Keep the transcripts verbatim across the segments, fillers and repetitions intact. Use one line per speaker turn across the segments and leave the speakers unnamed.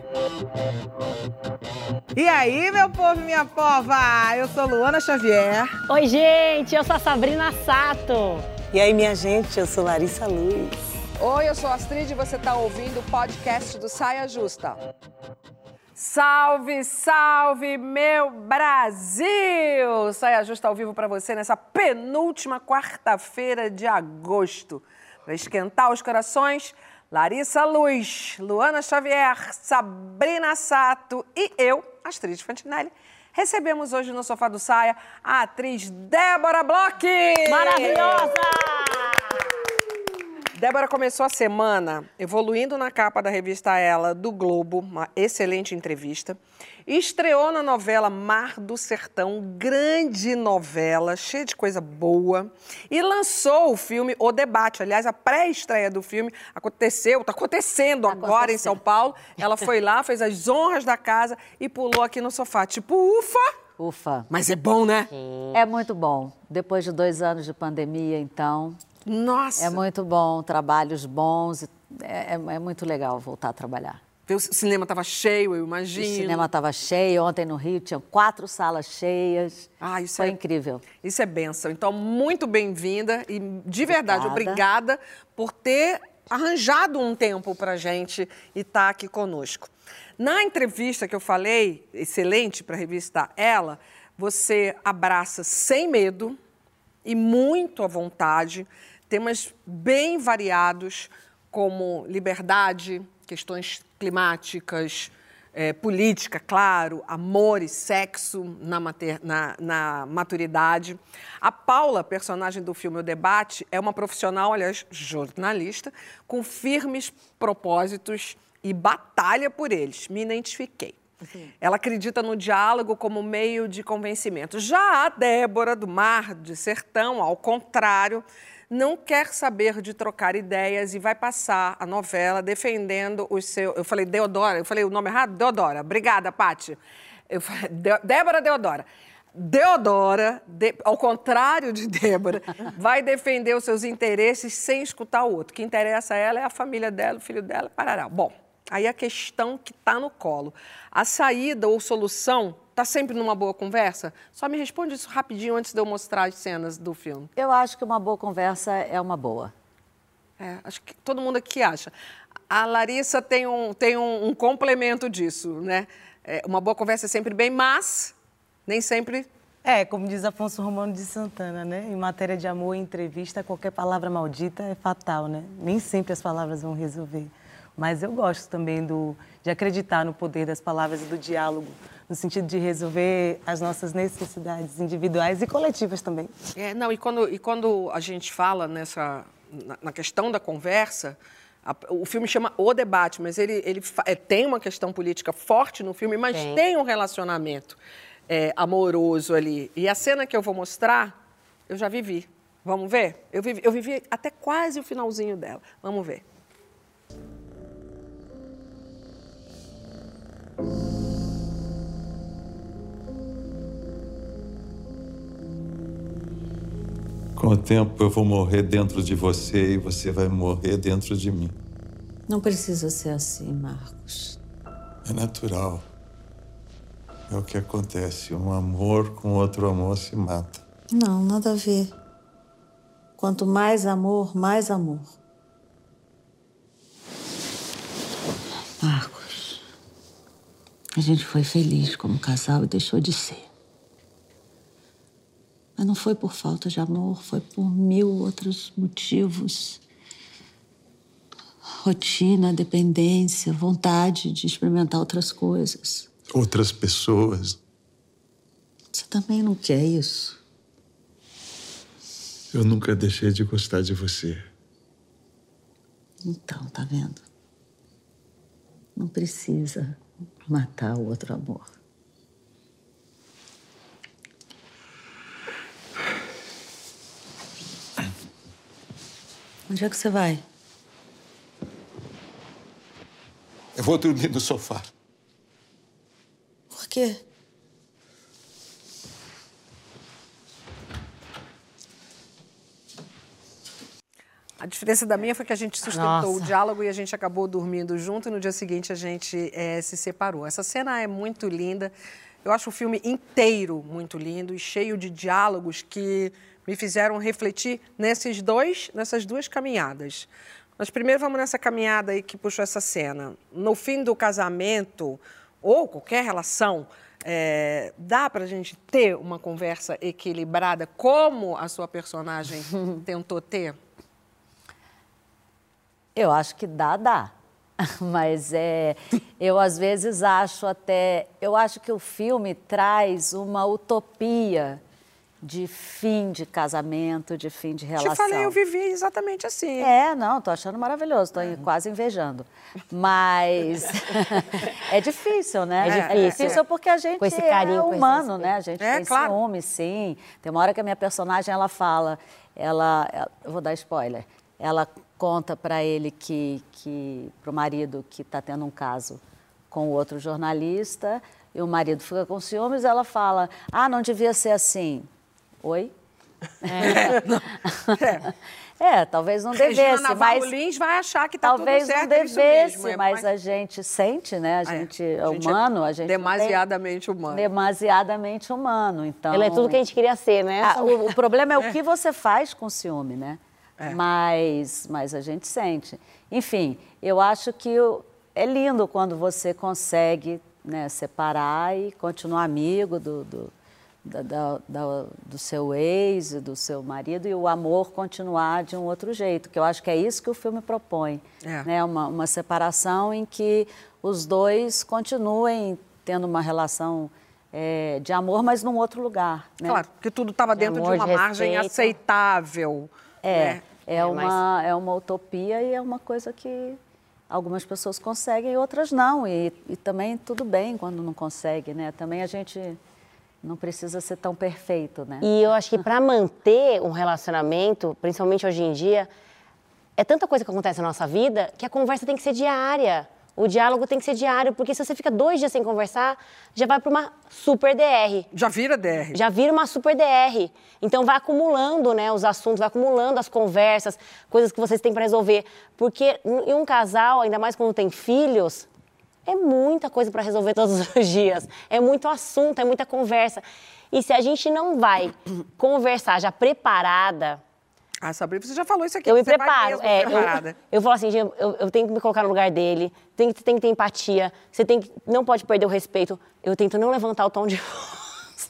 E aí, meu povo e minha pova? Eu sou Luana Xavier.
Oi, gente, eu sou a Sabrina Sato.
E aí, minha gente, eu sou Larissa Luz.
Oi, eu sou a Astrid e você está ouvindo o podcast do Saia Justa. Salve, salve, meu Brasil! Saia Justa ao vivo para você nessa penúltima quarta-feira de agosto. Para esquentar os corações, Larissa Luz, Luana Xavier, Sabrina Sato e eu, Astrid Fantinelli, recebemos hoje no Sofá do Saia a atriz Débora Bloch!
Maravilhosa!
Débora começou a semana evoluindo na capa da revista Ela, do Globo, uma excelente entrevista. Estreou na novela Mar do Sertão, grande novela, cheia de coisa boa. E lançou o filme O Debate. Aliás, a pré-estreia do filme aconteceu, está acontecendo
Tá
agora
acontecendo.
em São Paulo. Ela foi lá, fez as honras da casa e pulou aqui no sofá. Tipo, ufa!
Ufa.
Mas é bom, né?
É muito bom. Depois de dois anos de pandemia, então,
Nossa!
é muito bom. Trabalhos bons. É, é, é muito legal voltar a trabalhar.
O cinema estava cheio, eu
O
imagino.
cinema estava cheio. Ontem no Rio tinha quatro salas cheias.
Ah, isso
Foi
é
incrível.
Isso é bênção. Então, muito bem-vinda e, de verdade,
Obrigada.
obrigada por ter arranjado um tempo para a gente e estar aqui conosco. Na entrevista que eu falei, excelente para a revista Ela, você abraça sem medo e muito à vontade temas bem variados, como liberdade, questões climáticas, é, política, claro, amor e sexo na, mater, na, na maturidade. A Paula, personagem do filme O Debate, é uma profissional, aliás, jornalista, com firmes propósitos e batalha por eles. Me identifiquei. Uhum. Ela acredita no diálogo como meio de convencimento. Já a Débora, do Mar de Sertão, ao contrário, não quer saber de trocar ideias e vai passar a novela defendendo o seu... Eu falei Deodora, eu falei o nome errado? Deodora. Obrigada, Paty. Eu falei De... Débora Deodora. Deodora, de... ao contrário de Débora, vai defender os seus interesses sem escutar o outro. O que interessa a ela é a família dela, o filho dela, parará. Bom, aí a questão que está no colo. A saída ou solução está sempre numa boa conversa? Só me responde isso rapidinho antes de eu mostrar as cenas do filme.
Eu acho que uma boa conversa é uma boa.
É, acho que todo mundo aqui acha. A Larissa tem um, tem um, um complemento disso, né? É, uma boa conversa é sempre bem, mas nem sempre...
É, como diz Afonso Romano de Santana, né? Em matéria de amor, em entrevista, qualquer palavra maldita é fatal, né? Nem sempre as palavras vão resolver. Mas eu gosto também do, de acreditar no poder das palavras e do diálogo, no sentido de resolver as nossas necessidades individuais e coletivas também.
É, não, e quando, e quando a gente fala nessa, na, na questão da conversa, a, o filme chama O Debate, mas ele, ele é, tem uma questão política forte no filme, mas
Tem.
tem um relacionamento é, amoroso ali. E a cena que eu vou mostrar, eu já vivi. Vamos ver? Eu vivi, eu vivi até quase o finalzinho dela. Vamos ver.
Com o tempo eu vou morrer dentro de você e você vai morrer dentro de mim.
Não precisa ser assim, Marcos.
É natural. É o que acontece. Um amor com outro amor se mata.
Não, nada a ver. Quanto mais amor, mais amor. Marcos, a gente foi feliz como casal e deixou de ser. Mas não foi por falta de amor, foi por mil outros motivos. Rotina, dependência, vontade de experimentar outras coisas.
Outras pessoas.
Você também não quer isso?
Eu nunca deixei de gostar de você.
Então, tá vendo? Não precisa matar o outro amor. Onde é que você vai?
Eu vou dormir no sofá.
Por quê?
A diferença da minha foi que a gente sustentou
Nossa.
o diálogo e a gente acabou dormindo junto e no dia seguinte a gente é, se separou. Essa cena é muito linda. Eu acho o filme inteiro muito lindo e cheio de diálogos que me fizeram refletir nesses dois, nessas duas caminhadas. Mas primeiro vamos nessa caminhada aí que puxou essa cena. No fim do casamento, ou qualquer relação, é, dá pra gente ter uma conversa equilibrada como a sua personagem tentou ter?
Eu acho que dá, dá. Mas é, eu às vezes acho até... Eu acho que o filme traz uma utopia de fim de casamento, de fim de relação.
Te falei, eu vivi exatamente assim.
É, não, tô achando maravilhoso, tô quase invejando. Mas é difícil, né?
É difícil.
É difícil porque a gente
Com esse carinho,
é
com esse
humano,
respeito.
né? A gente
É,
tem
claro.
ciúme, sim. Tem uma hora que a minha personagem, ela fala, ela, ela eu vou dar spoiler, ela conta para ele que, que pro marido que está tendo um caso com outro jornalista, e o marido fica com ciúmes, ela fala, ah, não devia ser assim. Oi? É, é talvez não devesse,
Regina Navarro
mas
Lins vai achar que tá
talvez
tudo certo,
não
é isso
devesse,
mesmo, é,
mas a gente sente, né? A gente é, humano, a gente não tem-
demasiadamente humano.
demasiadamente humano, então.
Ele é tudo que a gente queria ser, né?
Ah, o, o problema é o que você faz com o ciúme, né?
É.
Mas, mas a gente sente. Enfim, eu acho que o- é lindo quando você consegue, né, separar e continuar amigo do, do, da- da- da- do seu ex, do seu marido, e o amor continuar de um outro jeito, que eu acho que é isso que o filme propõe.
É.
Né? Uma, uma separação em que os dois continuem tendo uma relação é, de amor, mas num outro lugar. Né?
Claro, porque tudo estava dentro
amor,
de uma
de
margem
respeito.
aceitável.
É,
né?
é,
É,
uma, é uma utopia e é uma coisa que algumas pessoas conseguem e outras não. E, e também tudo bem quando não consegue, né? Também a gente não precisa ser tão perfeito, né?
E eu acho que para manter um relacionamento, principalmente hoje em dia, é tanta coisa que acontece na nossa vida que a conversa tem que ser diária. O diálogo tem que ser diário, porque se você fica dois dias sem conversar, já vai para uma super D R.
Já vira D R.
Já vira uma super D R. Então vai acumulando, né, os assuntos, vai acumulando as conversas, coisas que vocês têm para resolver. Porque em um casal, ainda mais quando tem filhos, é muita coisa para resolver todos os dias. É muito assunto, é muita conversa. E se a gente não vai conversar já preparada,
Ah, Sabrina, você já falou isso aqui.
eu me
você vai
preparo.
mesmo
É,
preparada.
eu, eu falo assim, gente, eu, eu tenho que me colocar no lugar dele, tem, que- tem que ter empatia, você tem que, não pode perder o respeito. Eu tento não levantar o tom de voz.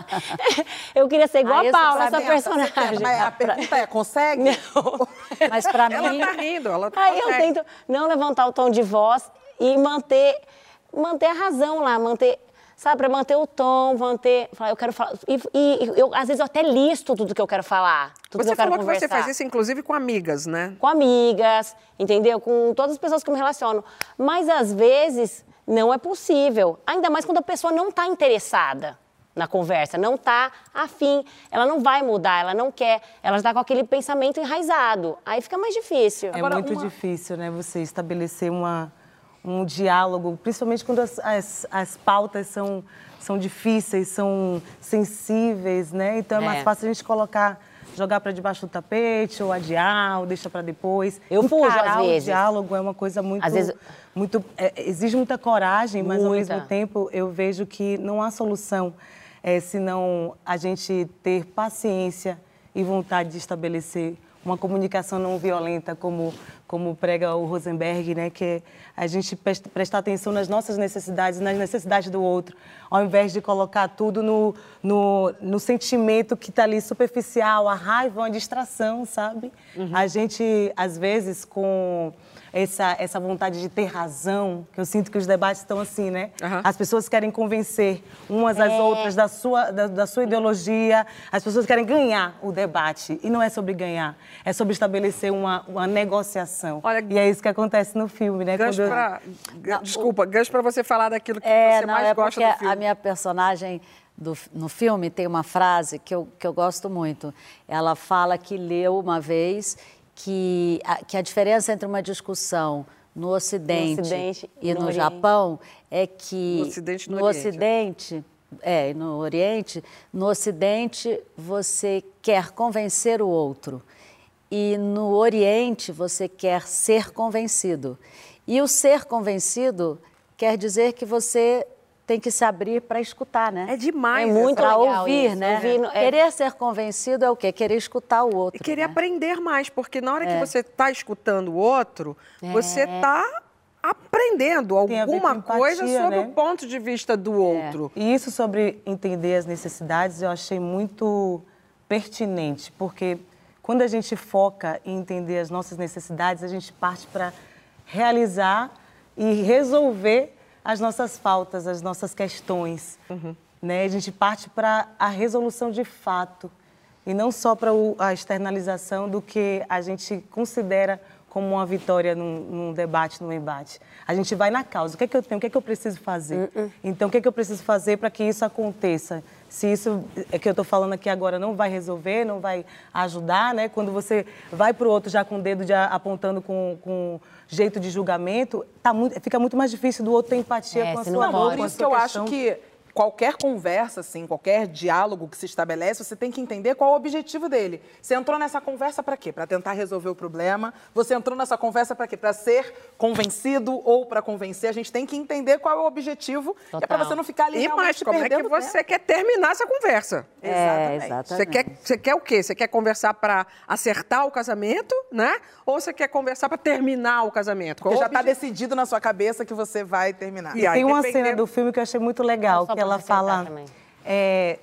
Eu queria ser igual
Ah,
a
isso
Paula,
pra
essa
mim,
personagem.
Mas a pergunta é, consegue?
Não.
Mas para
Ela
mim,
tá rindo, ela
Aí eu
consegue.
tento não levantar o tom de voz e manter, manter a razão lá, manter, sabe, para manter o tom, manter, falar, eu quero falar, e, e eu, às vezes eu até listo tudo que eu quero falar, tudo
Você
que eu quero
falou que
conversar.
você faz isso, inclusive, com amigas, né?
Com amigas, entendeu? Com todas as pessoas que eu me relaciono. Mas, às vezes, não é possível. Ainda mais quando a pessoa não está interessada na conversa, não está afim. Ela não vai mudar, ela não quer. Ela está com aquele pensamento enraizado. Aí fica mais difícil.
É muito difícil, né, você estabelecer uma, um diálogo, principalmente quando as, as, as pautas são, são difíceis, são sensíveis, né? Então é mais
É.
fácil a gente colocar, jogar para debaixo do tapete, ou adiar, ou deixar para depois.
Eu fujo,
Encarar
às
o
vezes.
diálogo é uma coisa muito...
Às vezes-
muito é, exige muita coragem, mas ao
Muita.
mesmo tempo eu vejo que não há solução é, senão a gente ter paciência e vontade de estabelecer uma comunicação não violenta, como, como prega o Rosenberg, né? Que é a gente pres- prestar atenção nas nossas necessidades, nas necessidades do outro, ao invés de colocar tudo no, no, no sentimento que está ali superficial, a raiva, uma distração, sabe? A gente, às vezes, com essa, essa vontade de ter razão, que eu sinto que os debates estão assim, né?
Aham.
As pessoas querem convencer umas às outras da sua, da, da sua ideologia, as pessoas querem ganhar o debate. E não é sobre ganhar, é sobre estabelecer uma, uma negociação.
Olha,
e é isso que acontece no filme, né?
Gancho
Quando-
pra, ga- desculpa, gancho para você falar daquilo que
É,
você
não,
mais
é
gosta
porque
do filme.
a minha personagem do- no filme tem uma frase que eu, que eu gosto muito. Ela fala que leu uma vez que a, que a diferença entre uma discussão no Ocidente,
No Ocidente
e
e
no,
no Oriente.
Japão é que
No Ocidente e no
no
Oriente.
Ocidente, é, e no Oriente, no Ocidente você quer convencer o outro. e no Oriente você quer ser convencido. E o ser convencido quer dizer que você tem que se abrir para escutar, né?
É demais.
É muito
Para
legal
ouvir,
isso.
né?
Ouvir no- é-
Querer ser convencido é o quê? Querer escutar o outro.
E querer
né?
aprender mais, porque na hora que você está escutando o outro, você está aprendendo
Tem a ver
alguma
com empatia,
coisa sobre
né?
o ponto de vista do outro.
E isso sobre entender as necessidades eu achei muito pertinente, porque quando a gente foca em entender as nossas necessidades, a gente parte para realizar e resolver as nossas faltas, as nossas questões.
Uhum.
Né? A gente parte para a resolução de fato e não só para a externalização do que a gente considera como uma vitória num, num debate, num embate. A gente vai na causa. O que é que eu tenho? O que é que eu preciso fazer? Uh-uh. Então, o que é que eu preciso fazer para que isso aconteça? Se isso é que eu estou falando aqui agora não vai resolver, não vai ajudar, né? Quando você vai para o outro já com o dedo já apontando com, com jeito de julgamento, tá muito, fica muito mais difícil do outro ter empatia
É,
com a
se
sua
não
dor,
pode.
com
Por
a
isso que
sua
eu
questão.
acho que qualquer conversa, assim, qualquer diálogo que se estabelece, você tem que entender qual é o objetivo dele. Você entrou nessa conversa para quê? Para tentar resolver o problema. Você entrou nessa conversa para quê? Para ser convencido ou para convencer. A gente tem que entender qual é o objetivo. É para você não ficar ali
E
realmente
mais, como é que
perdendo
você quer terminar essa conversa?
É,
Exatamente.
exatamente.
Você quer, você quer o quê? Você quer conversar para acertar o casamento, né? Ou você quer conversar para terminar o casamento?
Porque
Qual
já
o
está
objetivo?
decidido na sua cabeça que você vai terminar.
E aí,
Tem uma
dependendo-
cena do filme que eu achei muito legal,
Não, só
que
pra
ela
acrescentar
fala...
também.
é,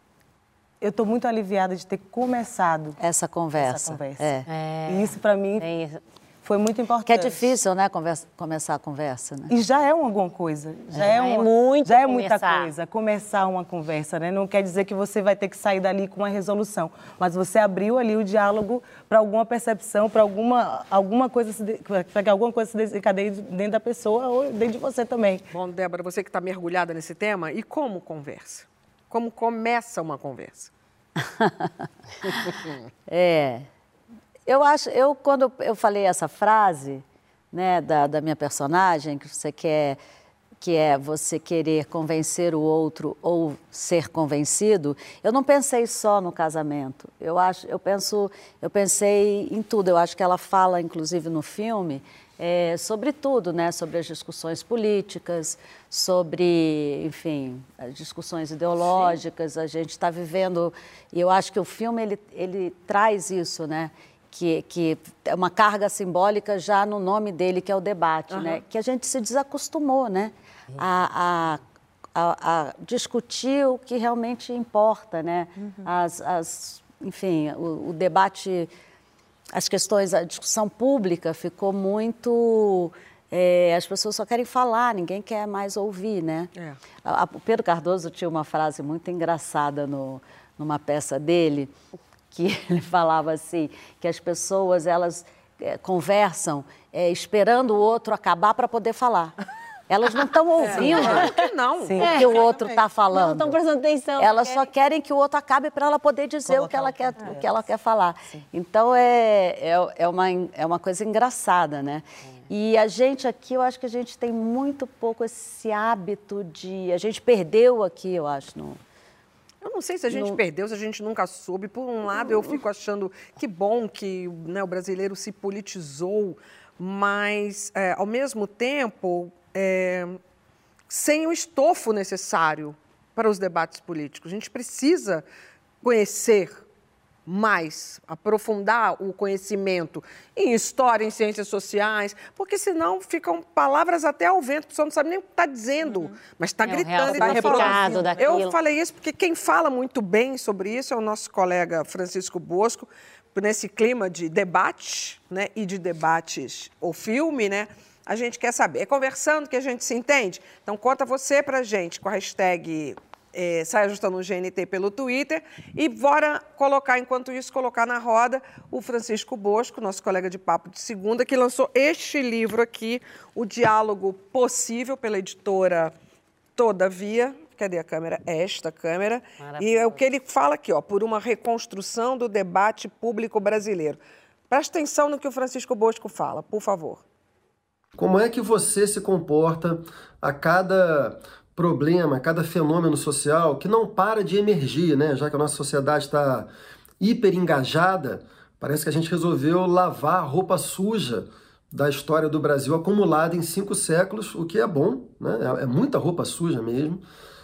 eu estou muito aliviada de ter começado
Essa conversa.
essa conversa.
É.
E isso, para mim,
Tem isso.
foi muito importante.
Que é difícil, né, conversa, começar a conversa, né?
E já é uma alguma coisa. Já é,
É
uma,
muito
já é muita
começar.
coisa. Começar uma conversa, né? Não quer dizer que você vai ter que sair dali com uma resolução. Mas você abriu ali o diálogo para alguma percepção, para alguma, alguma coisa, para que alguma coisa se desencadeie dentro da pessoa ou dentro de você também.
Bom, Débora, você que está mergulhada nesse tema, e como conversa? Como começa uma conversa?
É. Eu acho, eu quando eu falei essa frase, né, da, da minha personagem, que você quer, que é você querer convencer o outro ou ser convencido, eu não pensei só no casamento. Eu acho, eu penso, eu pensei em tudo. Eu acho que ela fala, inclusive no filme, é, sobre tudo, né, sobre as discussões políticas, sobre, enfim, as discussões ideológicas. Sim. A gente está vivendo, e eu acho que o filme ele, ele traz isso, né? Que, que é uma carga simbólica já no nome dele, que é o debate, uhum. né? Que a gente se desacostumou, né? A, a, a, a discutir o que realmente importa, né? Uhum. As, as, enfim, o, o debate, as questões, a discussão pública ficou muito... É, as pessoas só querem falar, ninguém quer mais ouvir, né? É. A, a, o Pedro Cardoso tinha uma frase muito engraçada no, numa peça dele, que ele falava assim, que as pessoas, elas é, conversam é, esperando o outro acabar para poder falar. Elas não estão ouvindo
é, não.
o que o outro está falando.
Não estão prestando atenção.
Elas só querem que o outro acabe para ela poder dizer o que ela quer, o que ela quer falar. Sim. Então, é, é, é, uma, é uma coisa engraçada, né? É. E a gente aqui, eu acho que a gente tem muito pouco esse hábito de... A gente perdeu aqui, eu acho, no...
Eu não sei se a gente
no...
perdeu, se a gente nunca soube. Por um lado, eu fico achando que bom que, né, o brasileiro se politizou, mas, é, ao mesmo tempo, é, sem o estofo necessário para os debates políticos. A gente precisa conhecer mais, aprofundar o conhecimento em história, em ciências sociais, porque senão ficam palavras até ao vento, a pessoa não sabe nem o que está dizendo, uhum. mas está
é
gritando e
está
reproduzindo.
daquilo.
Eu falei isso porque quem fala muito bem sobre isso é o nosso colega Francisco Bosco, nesse clima de debate, né, e de debates o filme, né, a gente quer saber. É conversando que a gente se entende? Então, conta você pra gente com a hashtag é, Sai Ajustando o G N T pelo Twitter e bora colocar, enquanto isso, colocar na roda o Francisco Bosco, nosso colega de papo de segunda, que lançou este livro aqui, O Diálogo Possível, pela editora Todavia. Cadê a câmera? É esta câmera. E é o que ele fala aqui, ó, por uma reconstrução do debate público brasileiro. Presta atenção no que o Francisco Bosco fala, por favor.
Como é que você se comporta a cada problema, a cada fenômeno social que não para de emergir, né? Já que a nossa sociedade está hiper engajada, Parece que a gente resolveu lavar a roupa suja da história do Brasil acumulada em cinco séculos, o que é bom, né? É muita roupa suja mesmo.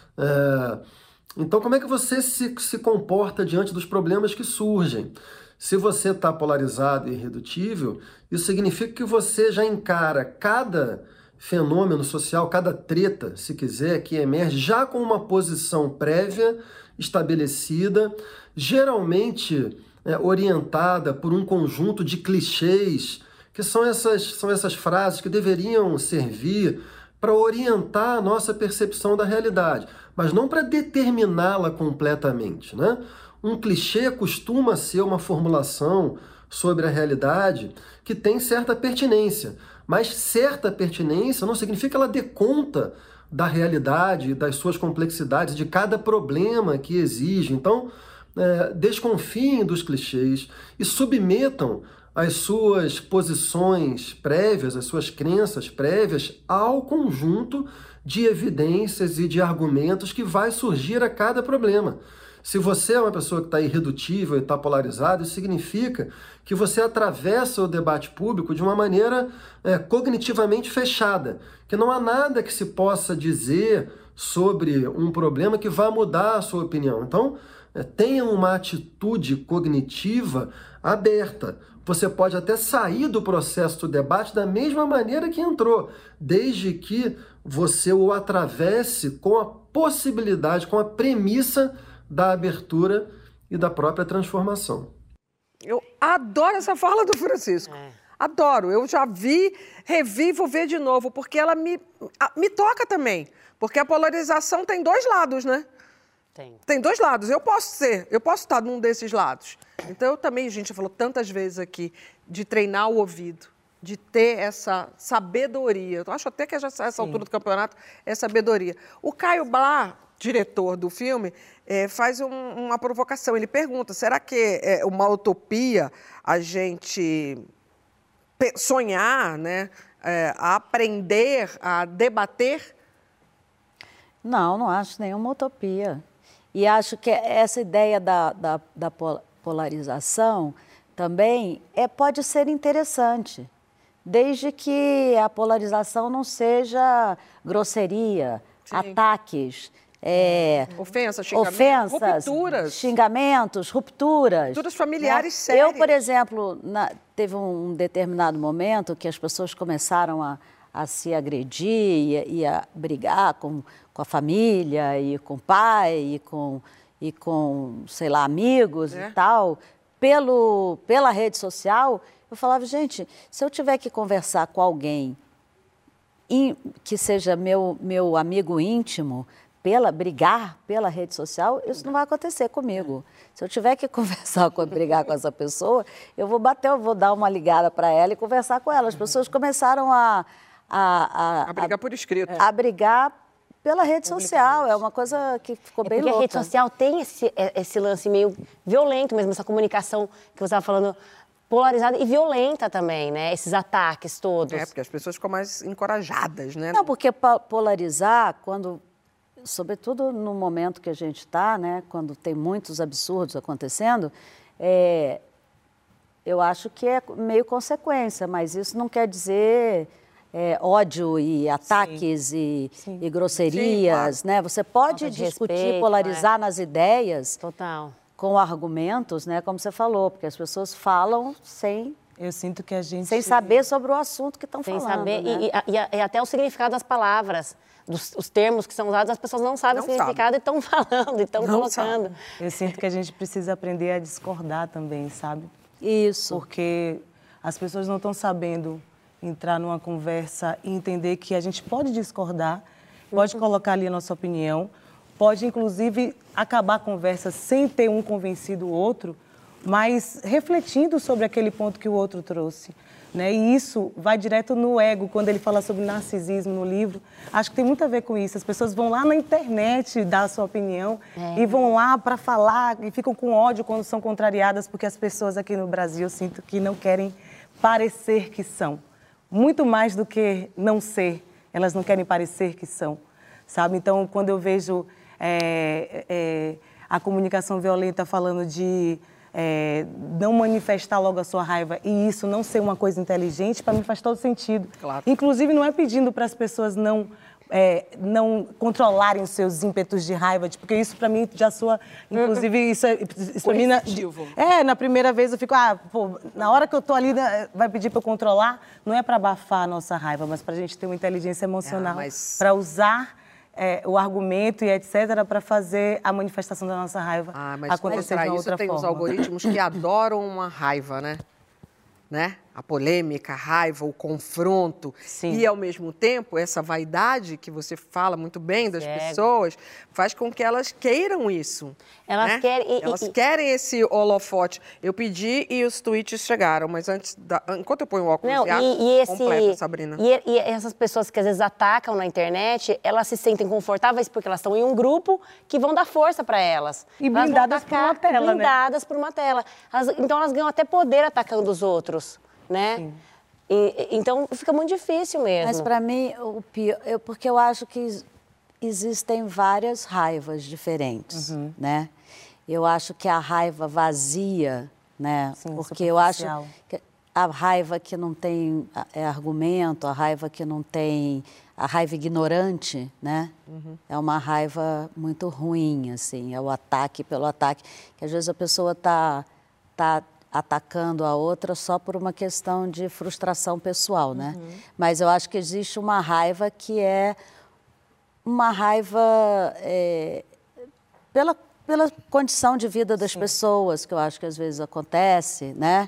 É... Então, como é que você se, se comporta diante dos problemas que surgem? Se você está polarizado e irredutível, isso significa que você já encara cada fenômeno social, cada treta, se quiser, que emerge, já com uma posição prévia, estabelecida, geralmente é, orientada por um conjunto de clichês, que são essas, são essas frases que deveriam servir para orientar a nossa percepção da realidade, mas não para determiná-la completamente, né? Um clichê costuma ser uma formulação sobre a realidade que tem certa pertinência, mas certa pertinência não significa que ela dê conta da realidade, das suas complexidades, de cada problema que exige. Então, é, desconfiem dos clichês e submetam as suas posições prévias, as suas crenças prévias ao conjunto de evidências e de argumentos que vai surgir a cada problema. Se você é uma pessoa que está irredutível e está polarizada, isso significa que você atravessa o debate público de uma maneira é, cognitivamente fechada, que não há nada que se possa dizer sobre um problema que vá mudar a sua opinião. Então, é, tenha uma atitude cognitiva aberta. Você pode até sair do processo do debate da mesma maneira que entrou, desde que você o atravesse com a possibilidade, com a premissa da abertura e da própria transformação.
Eu adoro essa fala do Francisco. É. Adoro. Eu já vi, revi, vou ver de novo, porque ela me, me toca também. Porque a polarização tem dois lados, né? Tem. Tem dois lados. Eu posso ser, eu posso estar num desses lados. Então, eu também, a gente falou tantas vezes aqui de treinar o ouvido, de ter essa sabedoria. Eu acho até que essa Sim. altura do campeonato é sabedoria. O Caio Blá, diretor do filme, é, faz um, uma provocação. Ele pergunta, será que é uma utopia a gente sonhar, né, é, a aprender, a debater?
Não, não acho nenhuma utopia. E acho que essa ideia da, da, da polarização também é, pode ser interessante, desde que a polarização não seja grosseria, Sim. ataques, É,
ofensas, xingamentos,
ofensas,
rupturas.
xingamentos, rupturas.
Rupturas familiares
né?
sérias.
Eu, por exemplo, na, teve um determinado momento que as pessoas começaram a, a se agredir e, e a brigar com, com a família e com o pai e com, e com sei lá, amigos é. e tal, pelo, pela rede social. Eu falava, gente, se eu tiver que conversar com alguém in, que seja meu, meu amigo íntimo, pela brigar pela rede social, isso não vai acontecer comigo. Se eu tiver que conversar, com, brigar com essa pessoa, eu vou bater, eu vou dar uma ligada para ela e conversar com ela. As pessoas começaram a... A,
a, a brigar por escrito.
A brigar pela rede social. É uma coisa que ficou
é
bem
porque
louca.
Porque a rede social tem esse, esse lance meio violento mesmo, essa comunicação que você estava falando, polarizada e violenta também, né? Esses ataques todos.
É, porque as pessoas ficam mais encorajadas, né?
Não, porque polarizar, quando... sobretudo no momento que a gente está, né, quando tem muitos absurdos acontecendo, é, eu acho que é meio consequência, mas isso não quer dizer é, ódio e ataques Sim. E, Sim. e grosserias, Sim, claro. né? Você pode discutir, respeito, polarizar é. nas ideias,
Total.
com argumentos, né, como você falou, porque as pessoas falam sem...
Eu sinto que a gente...
Sem saber sobre o assunto que estão
falando.
Sem saber,
né? e, e, e até o significado das palavras. Dos, os termos que são usados, as pessoas não sabem não o significado sabe. e estão falando, e estão colocando.
Sabe. Eu sinto que a gente precisa aprender a discordar também, sabe?
Isso.
Porque as pessoas não estão sabendo entrar numa conversa e entender que a gente pode discordar, pode uhum. colocar ali a nossa opinião, pode, inclusive, acabar a conversa sem ter um convencido o outro, mas refletindo sobre aquele ponto que o outro trouxe. Né? E isso vai direto no ego, quando ele fala sobre narcisismo no livro. Acho que tem muito a ver com isso. As pessoas vão lá na internet dar a sua opinião é. e vão lá para falar e ficam com ódio quando são contrariadas, porque as pessoas aqui no Brasil, eu sinto que não querem parecer que são. Muito mais do que não ser, elas não querem parecer que são, sabe? Então, quando eu vejo é, é, a comunicação violenta falando de... é, não manifestar logo a sua raiva e isso não ser uma coisa inteligente, para mim faz todo sentido.
Claro.
Inclusive, não é pedindo para as pessoas não... É, não controlarem os seus ímpetos de raiva, porque isso para mim já soa, inclusive, isso, é, isso pra mim, na, é, na primeira vez eu fico, ah, pô, na hora que eu tô ali, vai pedir para eu controlar, não é para abafar a nossa raiva, mas para a gente ter uma inteligência emocional, ah, mas... para usar é, o argumento e etcétera para fazer a manifestação da nossa raiva ah, mas acontecer de uma outra
tem
forma.
Os algoritmos que adoram uma raiva, né? Né? A polêmica, a raiva, o confronto. Sim. E, ao mesmo tempo, essa vaidade que você fala muito bem das Cego. pessoas faz com que elas queiram isso.
Elas
né?
querem... E,
elas
e,
querem esse holofote. Eu pedi e os tweets chegaram, mas antes da... enquanto eu ponho o óculos
não,
de ar,
e, e esse,
completa, Sabrina.
E, e essas pessoas que às vezes atacam na internet, elas se sentem confortáveis porque elas estão em um grupo que vão dar força para elas.
E blindadas por uma tela, né?
Blindadas por uma tela. Elas, então elas ganham até poder atacando os outros. Né? E, então fica muito difícil mesmo.
Mas para mim, o pior, eu, porque eu acho que existem várias raivas diferentes, uhum. né? Eu acho que a raiva vazia, né? Sim, porque eu acho que a raiva que não tem é, argumento, a raiva que não tem, a raiva ignorante, né? Uhum. É uma raiva muito ruim, assim, é o ataque pelo ataque, que às vezes a pessoa tá tá atacando a outra só por uma questão de frustração pessoal, né? Uhum. Mas eu acho que existe uma raiva que é uma raiva é, pela, pela condição de vida das Sim. pessoas, que eu acho que às vezes acontece, né?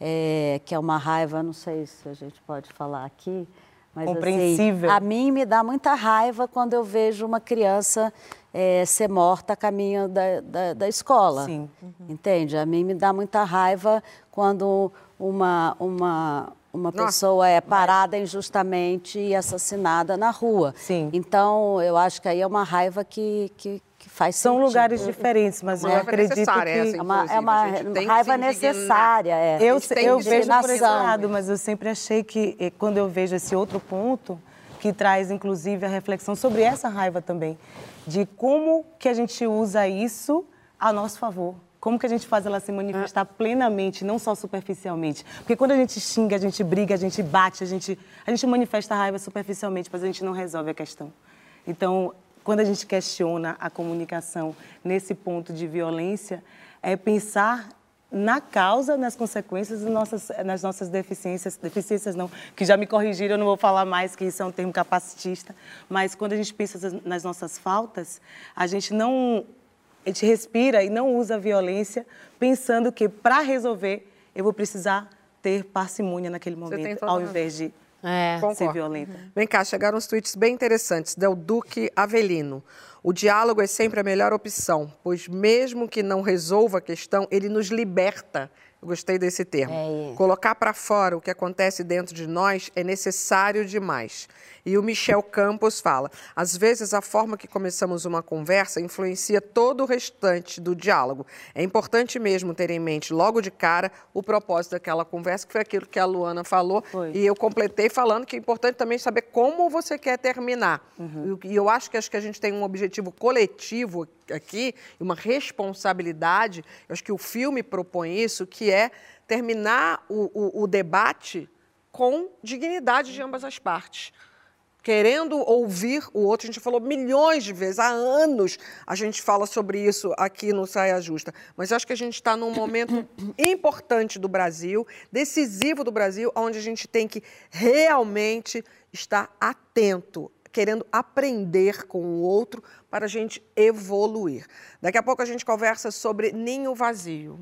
É, que é uma raiva, não sei se a gente pode falar aqui, mas
compreensível.
Assim, a mim me dá muita raiva quando eu vejo uma criança É, ser morta a caminho da, da, da escola. Sim. Uhum. Entende? A mim me dá muita raiva quando uma, uma, uma pessoa é parada injustamente e assassinada na rua.
Sim.
Então, eu acho que aí é uma raiva que, que, que faz
São
sentido.
lugares diferentes, mas
uma
eu acredito que...
Essa,
é uma, é uma raiva necessária. É.
Eu, eu vejo por esse lado, mas eu sempre achei que, quando eu vejo esse outro ponto, que traz, inclusive, a reflexão sobre essa raiva também, de como que a gente usa isso a nosso favor. Como que a gente faz ela se manifestar plenamente, não só superficialmente. Porque quando a gente xinga, a gente briga, a gente bate, a gente, a gente manifesta a raiva superficialmente, mas a gente não resolve a questão. Então, quando a gente questiona a comunicação nesse ponto de violência, é pensar na causa, nas consequências das nossas, nas nossas deficiências, deficiências não, que já me corrigiram, eu não vou falar mais que isso é um termo capacitista, mas quando a gente pensa nas nossas faltas, a gente não, a gente respira e não usa a violência pensando que para resolver eu vou precisar ter parcimônia naquele momento, ao invés de é, ser violenta.
Uhum. Vem cá, chegaram uns tweets bem interessantes, Del Duque Avelino. O diálogo é sempre a melhor opção, pois mesmo que não resolva a questão, ele nos liberta. Eu gostei desse termo. É, é. Colocar para fora o que acontece dentro de nós é necessário demais. E o Michel Campos fala, às vezes a forma que começamos uma conversa influencia todo o restante do diálogo. É importante mesmo ter em mente logo de cara o propósito daquela conversa, que foi aquilo que a Luana falou. Foi. E eu completei falando que é importante também saber como você quer terminar. Uhum. E eu acho que, acho que a gente tem um objetivo coletivo aqui, uma responsabilidade. Eu acho que o filme propõe isso, que é terminar o, o, o debate com dignidade de ambas as partes. Querendo ouvir o outro, a gente falou milhões de vezes, há anos a gente fala sobre isso aqui no Saia Justa, mas eu acho que a gente está num momento importante do Brasil, decisivo do Brasil, onde a gente tem que realmente estar atento, querendo aprender com o outro para a gente evoluir. Daqui a pouco a gente conversa sobre ninho vazio.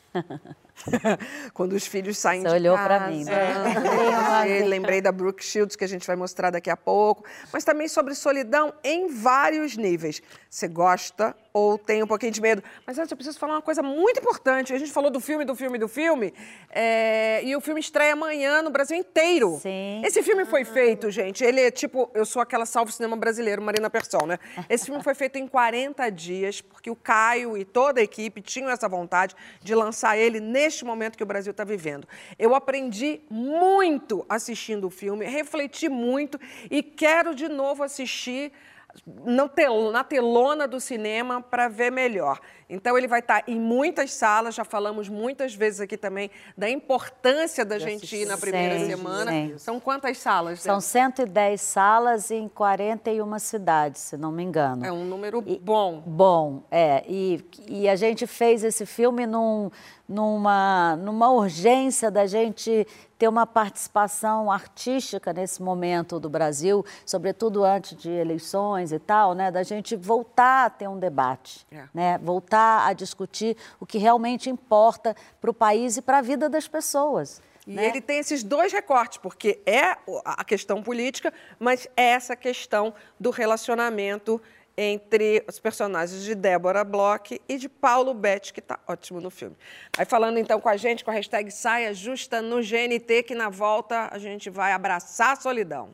Quando os filhos saem
Você
de
olhou
casa.
para mim,
né? É, lembrei da Brooke Shields, que a gente vai mostrar daqui a pouco. Mas também sobre solidão em vários níveis. Você gosta ou tem um pouquinho de medo? Mas antes eu preciso falar uma coisa muito importante. A gente falou do filme, do filme, do filme. É... E o filme estreia amanhã no Brasil inteiro.
Sim.
Esse filme foi feito, gente. Ele é tipo... Eu sou aquela salvo cinema brasileiro, Marina Persson, né? Esse filme foi feito em quarenta dias, porque o Caio e toda a equipe tinham essa vontade de lançar ele neste momento que o Brasil está vivendo. Eu aprendi muito assistindo o filme, refleti muito e quero de novo assistir no tel, na telona do cinema para ver melhor. Então, ele vai estar em muitas salas, já falamos muitas vezes aqui também da importância da gente ir na primeira
Sim,
semana.
sim.
São quantas salas?
São
Né?
cento e dez salas em quarenta e uma cidades, se não me engano.
É um número bom.
Bom, é. E, e a gente fez esse filme num, numa, numa urgência da gente ter uma participação artística nesse momento do Brasil, sobretudo antes de eleições e tal, né? Da gente voltar a ter um debate,
É.
né? Voltar a discutir o que realmente importa para o país e para a vida das pessoas.
E
né?
ele tem esses dois recortes, porque é a questão política, mas é essa questão do relacionamento entre os personagens de Débora Bloch e de Paulo Betti, que está ótimo no filme. Aí falando então com a gente, com a hashtag Saia Justa no G N T, que na volta a gente vai abraçar a solidão.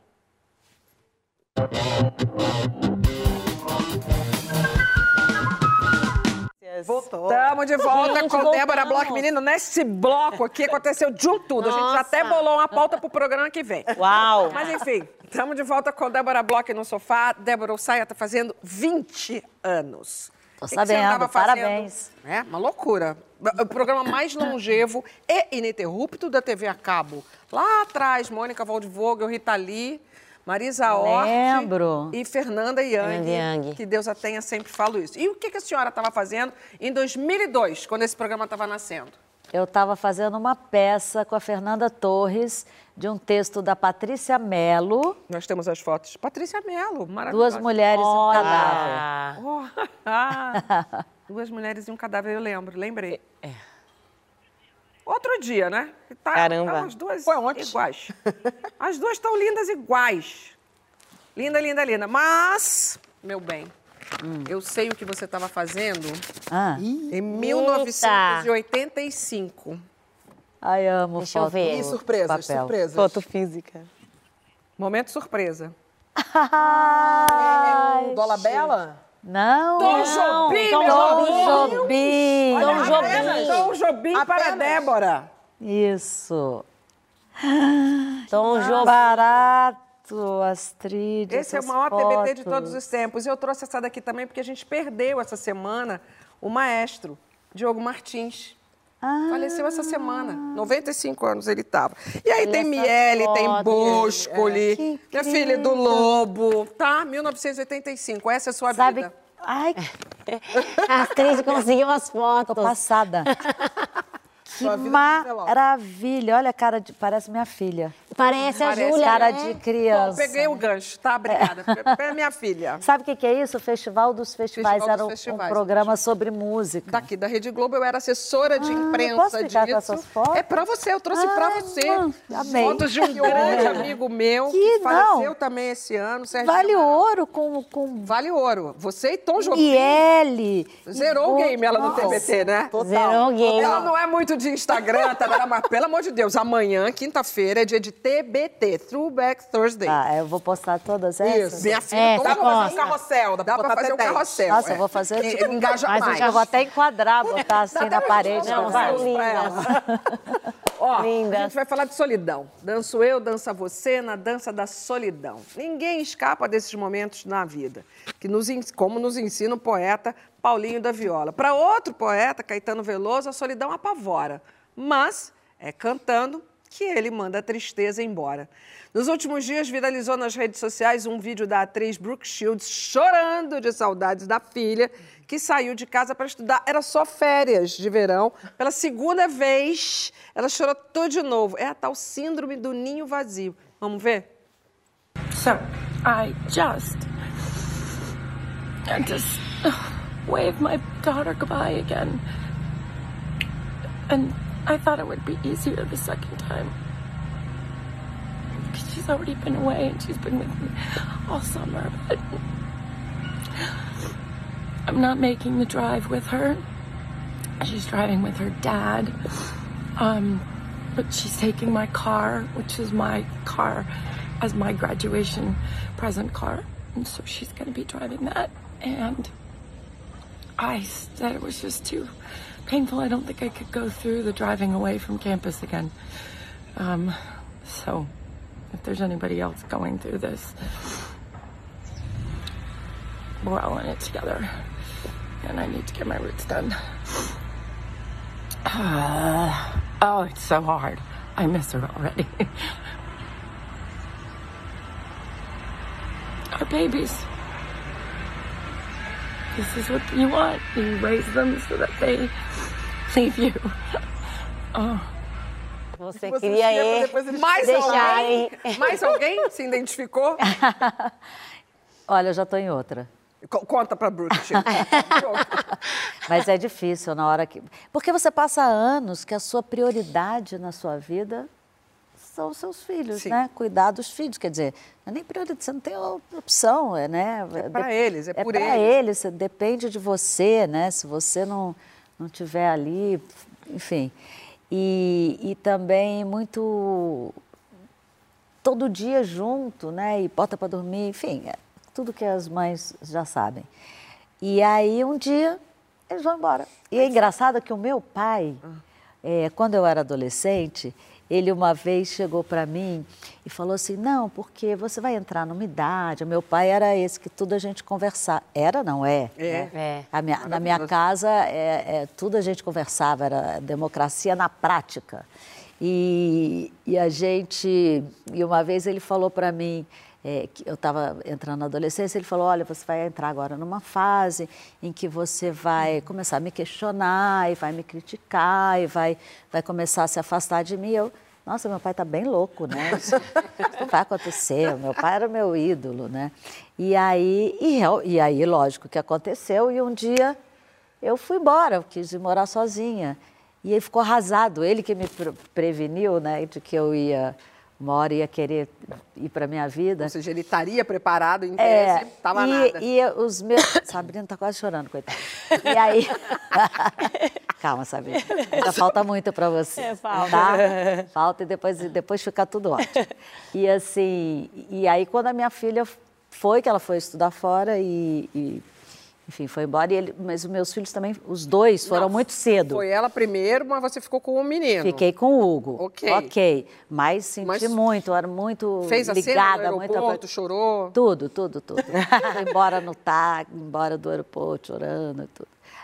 Voltou.
Estamos de volta
Gente,
com
voltamos.
Débora Bloch. Menino, nesse bloco aqui aconteceu de um tudo. A gente já
Nossa.
até bolou uma pauta para o programa que vem.
Uau!
Mas, enfim, estamos de volta com Débora Bloch no sofá. Débora, o Saia está fazendo vinte anos.
Tô
O que que você
sabendo,
andava fazendo?
parabéns.
É, uma loucura. O programa mais longevo e ininterrupto da T V a cabo. Lá atrás, Mônica Waldvogel, Rita Lee, Marisa Hort
Lembro.
e Fernanda Young,
Fernanda Young.
que Deus a tenha, sempre falo isso. E o que que a senhora estava fazendo em dois mil e dois, quando esse programa estava nascendo?
Eu estava fazendo uma peça com a Fernanda Torres, de um texto da Patrícia Mello,
Nós temos as fotos. Patrícia Mello, maravilhosa.
Duas Mulheres e um Cadáver.
Ah,
Oh, ah, duas mulheres e um cadáver, eu lembro, lembrei.
É.
Outro dia, né? Tá,
Caramba.
tá as duas
Foi ontem.
iguais. As duas estão lindas iguais. Linda, linda, linda. Mas, meu bem, eu sei o que você estava fazendo
Ah,
em mil novecentos e oitenta e cinco.
ai, amo
Deixa eu
foto
ver.
E surpresas,
papel.
surpresas.
foto física.
Momento surpresa.
Ai,
Dolabella?
não.
Tom Jobim,
Tom
meu
Tom
amor!
Jobim.
Tom Jobim.
Apenas Tom Jobim para
Apenas.
Débora.
Isso.
Tom Jobim.
Barato, Astrid.
Esse é o
essas
maior T B T de
fotos.
todos os tempos. E eu trouxe essa daqui também porque a gente perdeu essa semana o maestro, Diogo Martins.
Ah.
Faleceu essa semana. noventa e cinco anos ele estava. E aí
Olha
tem
essa
Miele, tem
foto.
Boscoli,
Que
minha filha do
incrível.
Lobo, tá? mil novecentos e oitenta e cinco. Essa é a sua
Sabe?
vida.
Ai,
A atriz conseguiu as
tô
fotos.
passada. Que
Sua vida de envelope.
maravilha. Olha a cara de... Parece minha filha.
Parece a
Parece
Júlia,
Cara
né?
de
Bom,
criança.
peguei o gancho, tá? Obrigada. É minha filha.
Sabe o que que é isso? O Festival dos Festivais
Festival dos
era um-
Festivais,
um programa sobre música.
Daqui da Rede Globo, eu era assessora de
Ah,
imprensa
posso ficar
disso.
com essas fotos?
É pra você, eu trouxe
Ah,
pra você.
amei.
Fotos de um grande amigo meu que,
Que
faleceu
não.
também esse ano, Sérgio
Vale
Amaral.
ouro com, com
Vale ouro. Você e Tom Jobim.
Miele.
Zerou o game ela no
Nossa.
T B T, né?
Zerou o game.
Ela não é muito de Instagram, tá? Mas, pelo amor de Deus, amanhã, quinta-feira, é dia de T B T, Throwback Thursday.
Ah, eu vou postar todas essas?
Isso. Minha filha,
É,
Tom
tá
Dá pra fazer um
Nossa.
carrossel, dá pra,
Dá pra
botar
fazer
até
um
dez.
carrossel.
Nossa,
é.
eu vou fazer,
Que
tipo,
engaja
Mas
mais.
Eu vou até enquadrar, botar assim na parede.
Não,
vai.
são lindas.
Ó,
Linda.
a gente vai falar de solidão. Danço eu, dança você na dança da solidão. Ninguém escapa desses momentos na vida, que nos, ens- como nos ensina o poeta Paulinho da Viola. Para outro poeta, Caetano Veloso, a solidão apavora, mas é cantando que ele manda a tristeza embora. Nos últimos dias, viralizou nas redes sociais um vídeo da atriz Brooke Shields chorando de saudades da filha, que saiu de casa para estudar. Era só férias de verão. Pela segunda vez, ela chorou tudo de novo. É a tal síndrome do ninho vazio. Vamos ver?
So I just I just waved my daughter goodbye again. And I thought it would be easier the second time. Because she's already been away and she's been with me all summer. But I'm not making the drive with her. She's driving with her dad. Um, but she's taking my car, which is my car, as my graduation present car. And so she's going to be driving that. And I said it was just too painful. I don't think I could go through the driving away from campus again. Um, so if there's anybody else going through this, we're all in it together. And I need to get my roots done. Uh, oh, it's so hard. I miss her already. Our babies. This is what you want. You raise them so that they leave you. Oh.
Você,
Você
queria
queria
é
depois eles mais
deixarem...
alguém? Mais alguém se identificou?
Olha, eu já estou em outra.
Co- Conta pra Brooke, Chico.
Mas é difícil na hora que... Porque você passa anos que a sua prioridade na sua vida são os seus filhos,
Sim.
né? Cuidar dos filhos, quer dizer, não é nem prioridade, você não tem opção, é, né?
É pra eles, é por
É pra
eles.
eles, você- depende de você, né? Se você não, não tiver ali, enfim. E, e também muito... Todo dia junto, né? E bota para dormir, enfim, é tudo que as mães já sabem. E aí, um dia, eles vão embora. E é engraçado que o meu pai, é, quando eu era adolescente, ele uma vez chegou para mim e falou assim, não, porque você vai entrar numa idade. O meu pai era esse, que tudo a gente conversava. Era, não é?
É.
né?
É.
A minha, na minha casa, é, é, tudo a gente conversava, era democracia na prática. E, e a gente... E uma vez ele falou para mim... É, que eu estava entrando na adolescência, ele falou, olha, você vai entrar agora numa fase em que você vai começar a me questionar e vai me criticar e vai, vai começar a se afastar de mim. Eu, nossa, meu pai está bem louco, né? Isso não vai acontecer, meu pai era meu ídolo, né? E aí, e, e aí, lógico que aconteceu, e um dia eu fui embora, eu quis ir morar sozinha. E ele ficou arrasado, ele que me pre- preveniu, né, de que eu ia... Uma hora ia querer ir para a minha vida.
Ou seja, ele estaria preparado em
É,
tese, tava
e,
nada.
e os meus... Sabrina está quase chorando, coitada. E aí... Calma, Sabrina. Ainda falta muito para você.
É, falta.
Tá? Falta e depois, depois fica tudo ótimo. E assim... E aí, quando a minha filha foi, que ela foi estudar fora e... e enfim, foi embora. E ele, mas os meus filhos também, os dois, foram
Não,
muito cedo.
Foi ela primeiro, mas você ficou com o menino.
Fiquei com o Hugo.
Ok.
Ok. Mas senti
Mas
muito, era muito
Fez a
ligada.
cena no
muito
aeroporto, chorou?
Tudo, tudo, tudo. Fui embora no táxi, embora do aeroporto, chorando e tudo.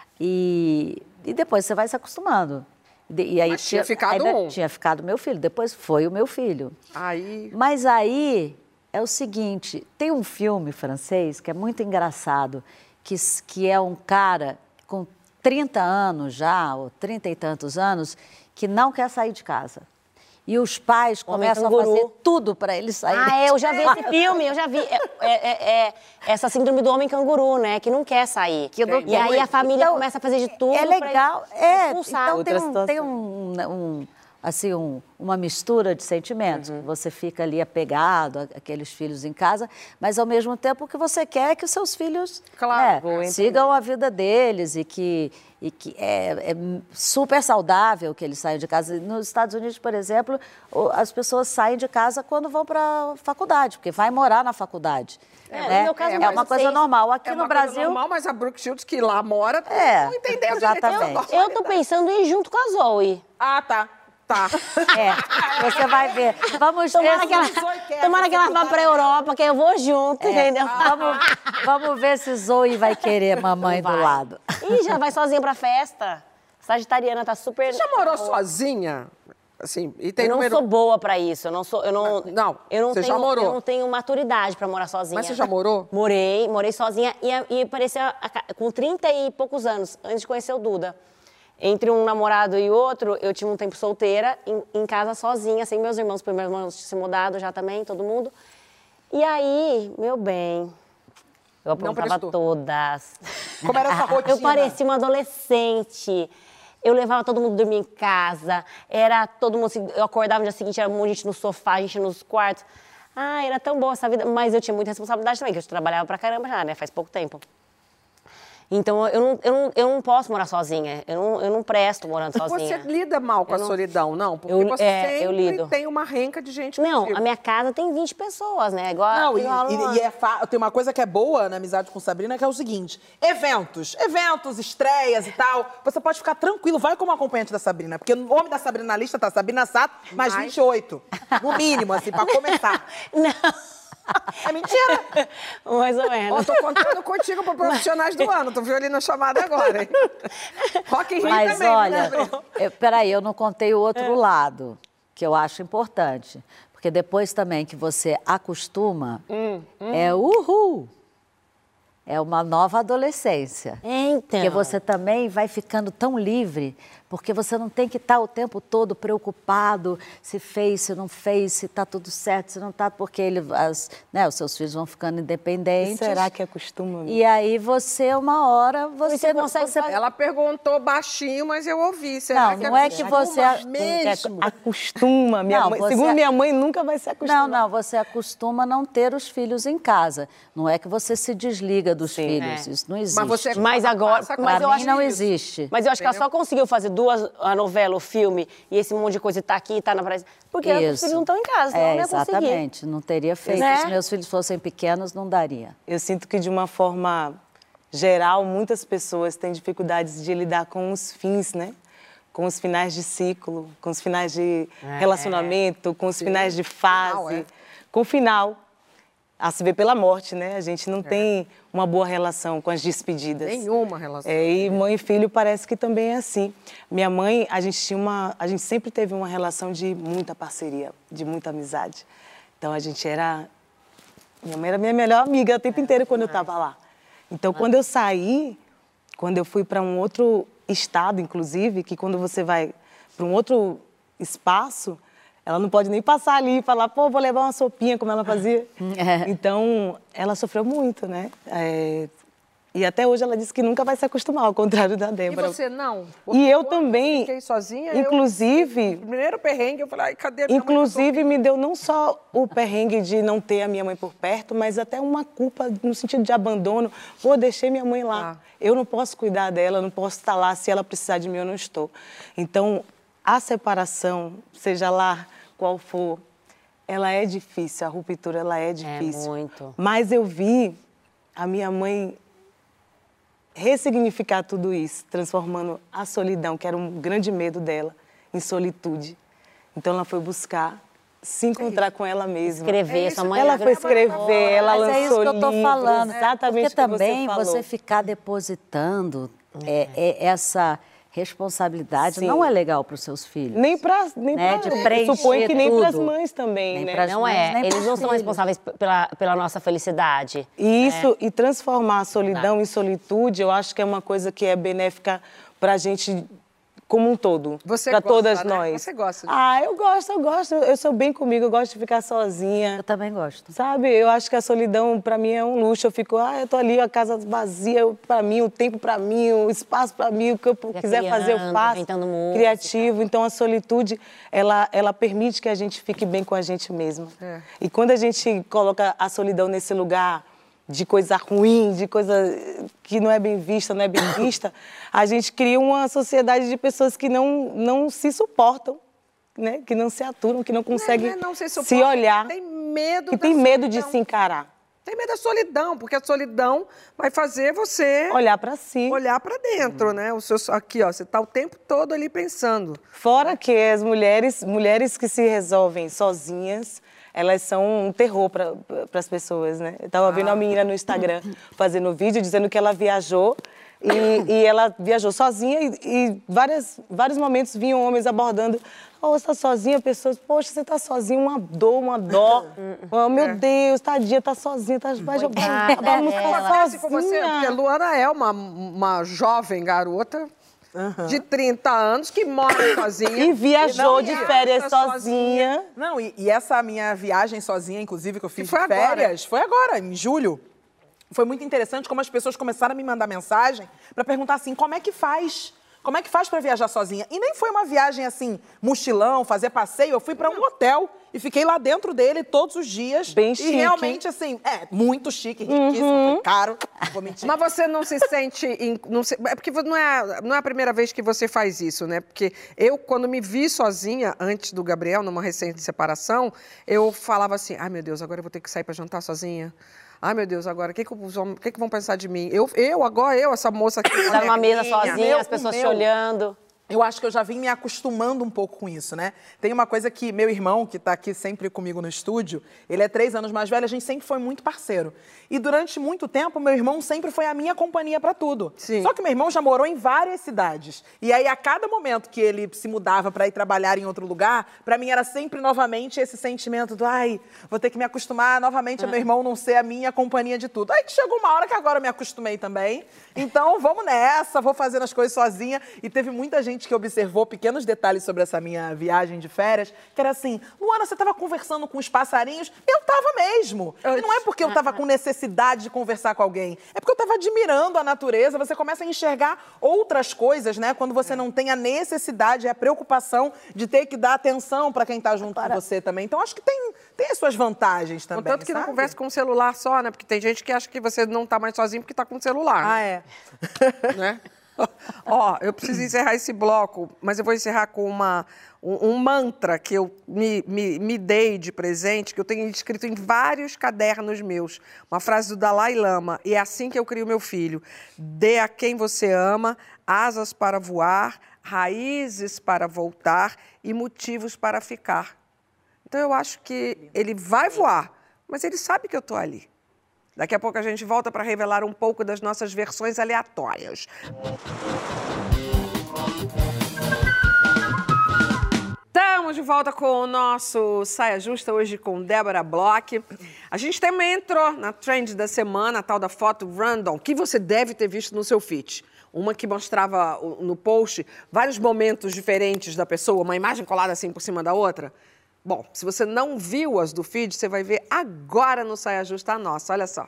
E, e depois você vai se acostumando. E, e aí
Mas tinha ficado
ainda
um.
Tinha ficado meu filho, depois foi o meu filho.
Aí...
Mas aí é o seguinte, tem um filme francês que é muito engraçado, que, que é um cara com trinta anos já, ou trinta e tantos anos, que não quer sair de casa. E os pais
Homem
começam a
canguru.
fazer tudo para ele sair.
Ah, é, eu já vi esse filme, eu já vi. É, é- é- é essa síndrome do homem canguru, né? Que não quer sair.
Que não
e
quer.
aí a família
Então,
começa a fazer de tudo
É legal,
pra
é.
expulsar.
Então tem,
Outra
um,
situação.
tem um, um, assim, um, uma mistura de sentimentos.
Uhum.
Você fica ali apegado à- àqueles filhos em casa, mas ao mesmo tempo o que você quer é que os seus filhos
Claro,
né, sigam a vida deles e que, e que é, é super saudável que eles saiam de casa. Nos Estados Unidos, por exemplo, o- as pessoas saem de casa quando vão para a faculdade, porque vai morar na faculdade.
É,
né?
no meu caso,
é
mas
uma
eu
coisa
sei-
normal. Aqui
É
no
uma coisa
Brasil...
normal, mas a Brooke Shields, que lá mora,
É,
não entendeu
exatamente.
direito.
Eu tô pensando em ir junto com a Zoe.
Ah, tá.
Tá.
É, você vai ver. Vamos ver
Tomara
se-
que ela, tomara que ela vá pra Europa, que eu vou junto, entendeu?
Vamos, vamos ver se Zoe vai querer mamãe do
Vai.
lado.
Ih, já vai sozinha pra festa. Sagitariana tá super...
Você já morou sozinha? Assim, e tem
Eu não
número...
sou boa pra isso, eu não sou... Eu não,
Não,
eu não
você
tenho,
já morou.
Eu não tenho maturidade pra morar sozinha.
Mas você já morou?
Morei, morei sozinha e, e parecia a ca- com trinta e poucos anos, antes de conhecer o Duda. Entre um namorado e outro, eu tinha um tempo solteira, em, em casa sozinha, sem meus irmãos, porque meus irmãos tinham se mudado já também, todo mundo. E aí, meu bem, eu aprontava
prestou.
todas.
Como era essa rotina?
Eu parecia uma adolescente. Eu levava todo mundo dormir em casa. Era todo mundo assim, eu acordava no dia seguinte, era um monte de gente no sofá, gente nos quartos. Ah, era tão boa essa vida. Mas eu tinha muita responsabilidade também, que eu trabalhava pra caramba já, né? Faz pouco tempo. Então, eu não, eu não, eu não posso morar sozinha. Eu não, eu não presto morando sozinha.
Você lida mal com a
não-
solidão, não? Porque
Eu-
você
é, eu
sempre
lido.
tem uma renca de gente
Não,
contigo.
a minha casa tem vinte pessoas, né? Igual,
Não, e,
igual a
e-
Luana.
e é fa... tem uma coisa que é boa na amizade com Sabrina, que é o seguinte: eventos, eventos, estreias e tal. Você pode ficar tranquilo, vai como acompanhante da Sabrina. Porque o nome da Sabrina na lista tá Sabrina Sato, mais
Mais.
vinte e oito. No mínimo, assim, pra começar.
Não.
É mentira?
Mais ou
Ó,
menos.
tô contando contigo para profissionais do ano. Tu viu ali na chamada agora, hein? Rock in Rio
Mas
também,
olha,
né?
eu, peraí, eu não contei o outro lado, que eu acho importante. Porque depois também que você acostuma,
Hum, hum.
é uhul. É uma nova adolescência.
Então.
Porque você também vai ficando tão livre, porque você não tem que estar o tempo todo preocupado se fez, se não fez, se está tudo certo, se não está, porque ele, as, né, os seus filhos vão ficando independentes.
E será que acostuma mesmo?
E aí você, uma hora, você,
você consegue
você...
fazer.
Ela perguntou baixinho, mas eu ouvi. Será
Não,
que
não é que
acostuma
você-
mesmo?
Acostuma. Minha
Não,
mãe,
você-
Segundo minha mãe, nunca vai se acostumar.
Não, não, você acostuma a não ter os filhos em casa. Não é que você se desliga dos
Sim.
filhos,
É.
isso não existe.
Mas você
Mas agora,
passa com
mas
Pra
eu
mim
acho
não
que-
existe.
Mas eu acho que ela só conseguiu fazer duas, a novela, o filme, e esse monte de coisa tá aqui, tá na Brasília, porque os
Isso.
filhos não estão em casa, senão
É,
não ia conseguir.
exatamente, não teria feito.
Né?
Se meus filhos fossem pequenos, não daria.
Eu sinto que, de uma forma geral, muitas pessoas têm dificuldades de lidar com os fins, né? Com os finais de ciclo, com os finais de relacionamento, com os finais de fase,
Final, é.
com o final. A se ver pela morte, né? A gente não tem uma boa relação com as despedidas.
Nenhuma relação.
É, e mãe e filho parece que também é assim. Minha mãe, a gente tinha uma, a gente sempre teve uma relação de muita parceria, de muita amizade. Então a gente era, minha mãe era minha melhor amiga o tempo inteiro quando eu estava lá. Então quando eu saí, quando eu fui para um outro estado, inclusive, que quando você vai para um outro espaço, ela não pode nem passar ali e falar, pô, vou levar uma sopinha, como ela fazia.
É.
Então, ela sofreu muito, né? É, e até hoje ela disse que nunca vai se acostumar, ao contrário da
E
Débora.
você não?
E eu
Quando
também.
fiquei sozinha,
Inclusive,
eu, primeiro perrengue, eu falei, ai, cadê a minha mãe?
inclusive me deu não só o perrengue de não ter a minha mãe por perto, mas até uma culpa no sentido de abandono. Pô, deixei minha mãe lá.
Ah.
Eu não posso cuidar dela, eu não posso estar lá. Se ela precisar de mim, eu não estou. Então, a separação, seja lá qual for, ela é difícil, a ruptura ela é difícil.
muito.
Mas eu vi a minha mãe ressignificar tudo isso, transformando a solidão, que era um grande medo dela, em solitude. Então ela foi buscar se encontrar com ela mesma.
Escrever, sua mãe...
Ela foi escrever, ela
Mas
lançou
é isso que eu tô
livros,
falando.
exatamente
Porque
o que você
também
falou.
você ficar depositando é, é, essa responsabilidade
Sim.
não é legal para os seus filhos.
Nem para nem
Né,
pra,
de preencher
eu suponho que nem para as
tudo.
mães também,
Nem
né?
pras
Não
mães,
é,
nem
eles
pros
não são
filhos.
responsáveis p- pela, pela nossa felicidade.
Isso, e transformar a solidão em solitude, eu acho que é uma coisa que é benéfica para a gente como um todo.
Você
para
gosta,
todas
né?
nós.
Você gosta de-
Ah, eu gosto, eu gosto. Eu sou bem comigo, eu gosto de ficar sozinha.
Eu também gosto.
Sabe, eu acho que a solidão para mim é um luxo. Eu fico, ah, eu tô ali, a casa vazia para mim, o tempo para mim, o espaço para mim, o que eu
Fica
quiser fazer eu
criando,
faço.
inventando música.
Criativo. Então a solitude, ela, ela permite que a gente fique bem com a gente mesmo.
É.
E quando a gente coloca a solidão nesse lugar de coisa ruim, de coisa que não é bem vista, não é bem vista, a gente cria uma sociedade de pessoas que não, não se suportam, né? Que não se aturam, que não conseguem
Não, não, não se,
se
suporta,
olhar,
Tem medo
que
da
tem medo de
solidão.
se encarar.
Tem medo da solidão, porque a solidão vai fazer você
Olhar para si.
olhar para dentro, né? O seu, aqui, ó, você está o tempo todo ali pensando.
Fora que as mulheres, mulheres que se resolvem sozinhas, elas são um terror para as pessoas, né? Eu estava vendo uma menina no Instagram fazendo vídeo dizendo que ela viajou e, e ela viajou sozinha e, e várias, vários momentos vinham homens abordando. Oh, você está sozinha, pessoas, poxa, você está sozinha, uma dor, uma dó. Oh, meu Deus, tadinha, tá sozinha, tá vai jogar. Vamos ficar
Acontece com você,
sozinha.
porque Luana é uma, uma jovem garota de trinta anos que mora sozinha.
E viajou
e
de
viaja
férias sozinha.
Não, e, e essa minha viagem sozinha, inclusive, que eu fiz
foi
de
agora.
férias, foi agora, em julho. Foi muito interessante como as pessoas começaram a me mandar mensagem para perguntar assim, como é que faz? Como é que faz para viajar sozinha? E nem foi uma viagem assim, mochilão, fazer passeio. Eu fui para um hotel e fiquei lá dentro dele todos os dias.
Bem
e
chique.
realmente, assim, é muito chique, riquíssimo, foi caro. Não vou mentir.
Mas você não se sente... in- Não se- é porque não é, não é a primeira vez que você faz isso, né? Porque eu, quando me vi sozinha, antes do Gabriel, numa recente separação, eu falava assim, ai, meu Deus, agora eu vou ter que sair para jantar sozinha. Ai, meu Deus, agora, o que, que, os homens- o que, que vão pensar de mim? Eu, eu, agora eu, essa moça aqui...
Tá numa mesa
moreninha,
sozinha,
meu,
as pessoas
meu.
te olhando.
eu acho que eu já vim me acostumando um pouco com isso, né? Tem uma coisa que meu irmão, que tá aqui sempre comigo no estúdio, ele é três anos mais velho, a gente sempre foi muito parceiro. E durante muito tempo, meu irmão sempre foi a minha companhia pra tudo.
Sim.
Só que meu irmão já morou em várias cidades. E aí, a cada momento que ele se mudava pra ir trabalhar em outro lugar, pra mim era sempre novamente esse sentimento do, ai, vou ter que me acostumar novamente a meu irmão não ser a minha companhia de tudo. Aí chegou uma hora que agora eu me acostumei também. Então, vamos nessa, vou fazendo as coisas sozinha. E teve muita gente que observou pequenos detalhes sobre essa minha viagem de férias, que era assim, Luana, você estava conversando com os passarinhos? Eu estava mesmo. E não é porque eu estava com necessidade de conversar com alguém, é porque eu estava admirando a natureza, você começa a enxergar outras coisas, né? Quando você não tem a necessidade, a preocupação de ter que dar atenção para quem está junto Para. com você também. Então, acho que tem, tem as suas vantagens também,
Contanto que
sabe?
não conversa com o celular só, né? Porque tem gente que acha que você não tá mais sozinho porque tá com o celular.
Ah, é.
Né? Ó, eu preciso encerrar esse bloco, mas eu vou encerrar com uma, um, um mantra que eu me, me, me dei de presente, que eu tenho escrito em vários cadernos meus. Uma frase do Dalai Lama, e é assim que eu crio meu filho. Dê a quem você ama asas para voar, raízes para voltar e motivos para ficar. Então eu acho que ele vai voar, mas ele sabe que eu tô ali. Daqui a pouco a gente volta para revelar um pouco das nossas versões aleatórias. Estamos de volta com o nosso Saia Justa, hoje com Débora Bloch. A gente também entrou na trend da semana, a tal da foto random, que você deve ter visto no seu feed. Uma que mostrava no post vários momentos diferentes da pessoa, uma imagem colada assim por cima da outra. Bom, se você não viu as do feed, você vai ver agora no Saia Justa a nossa. Olha só.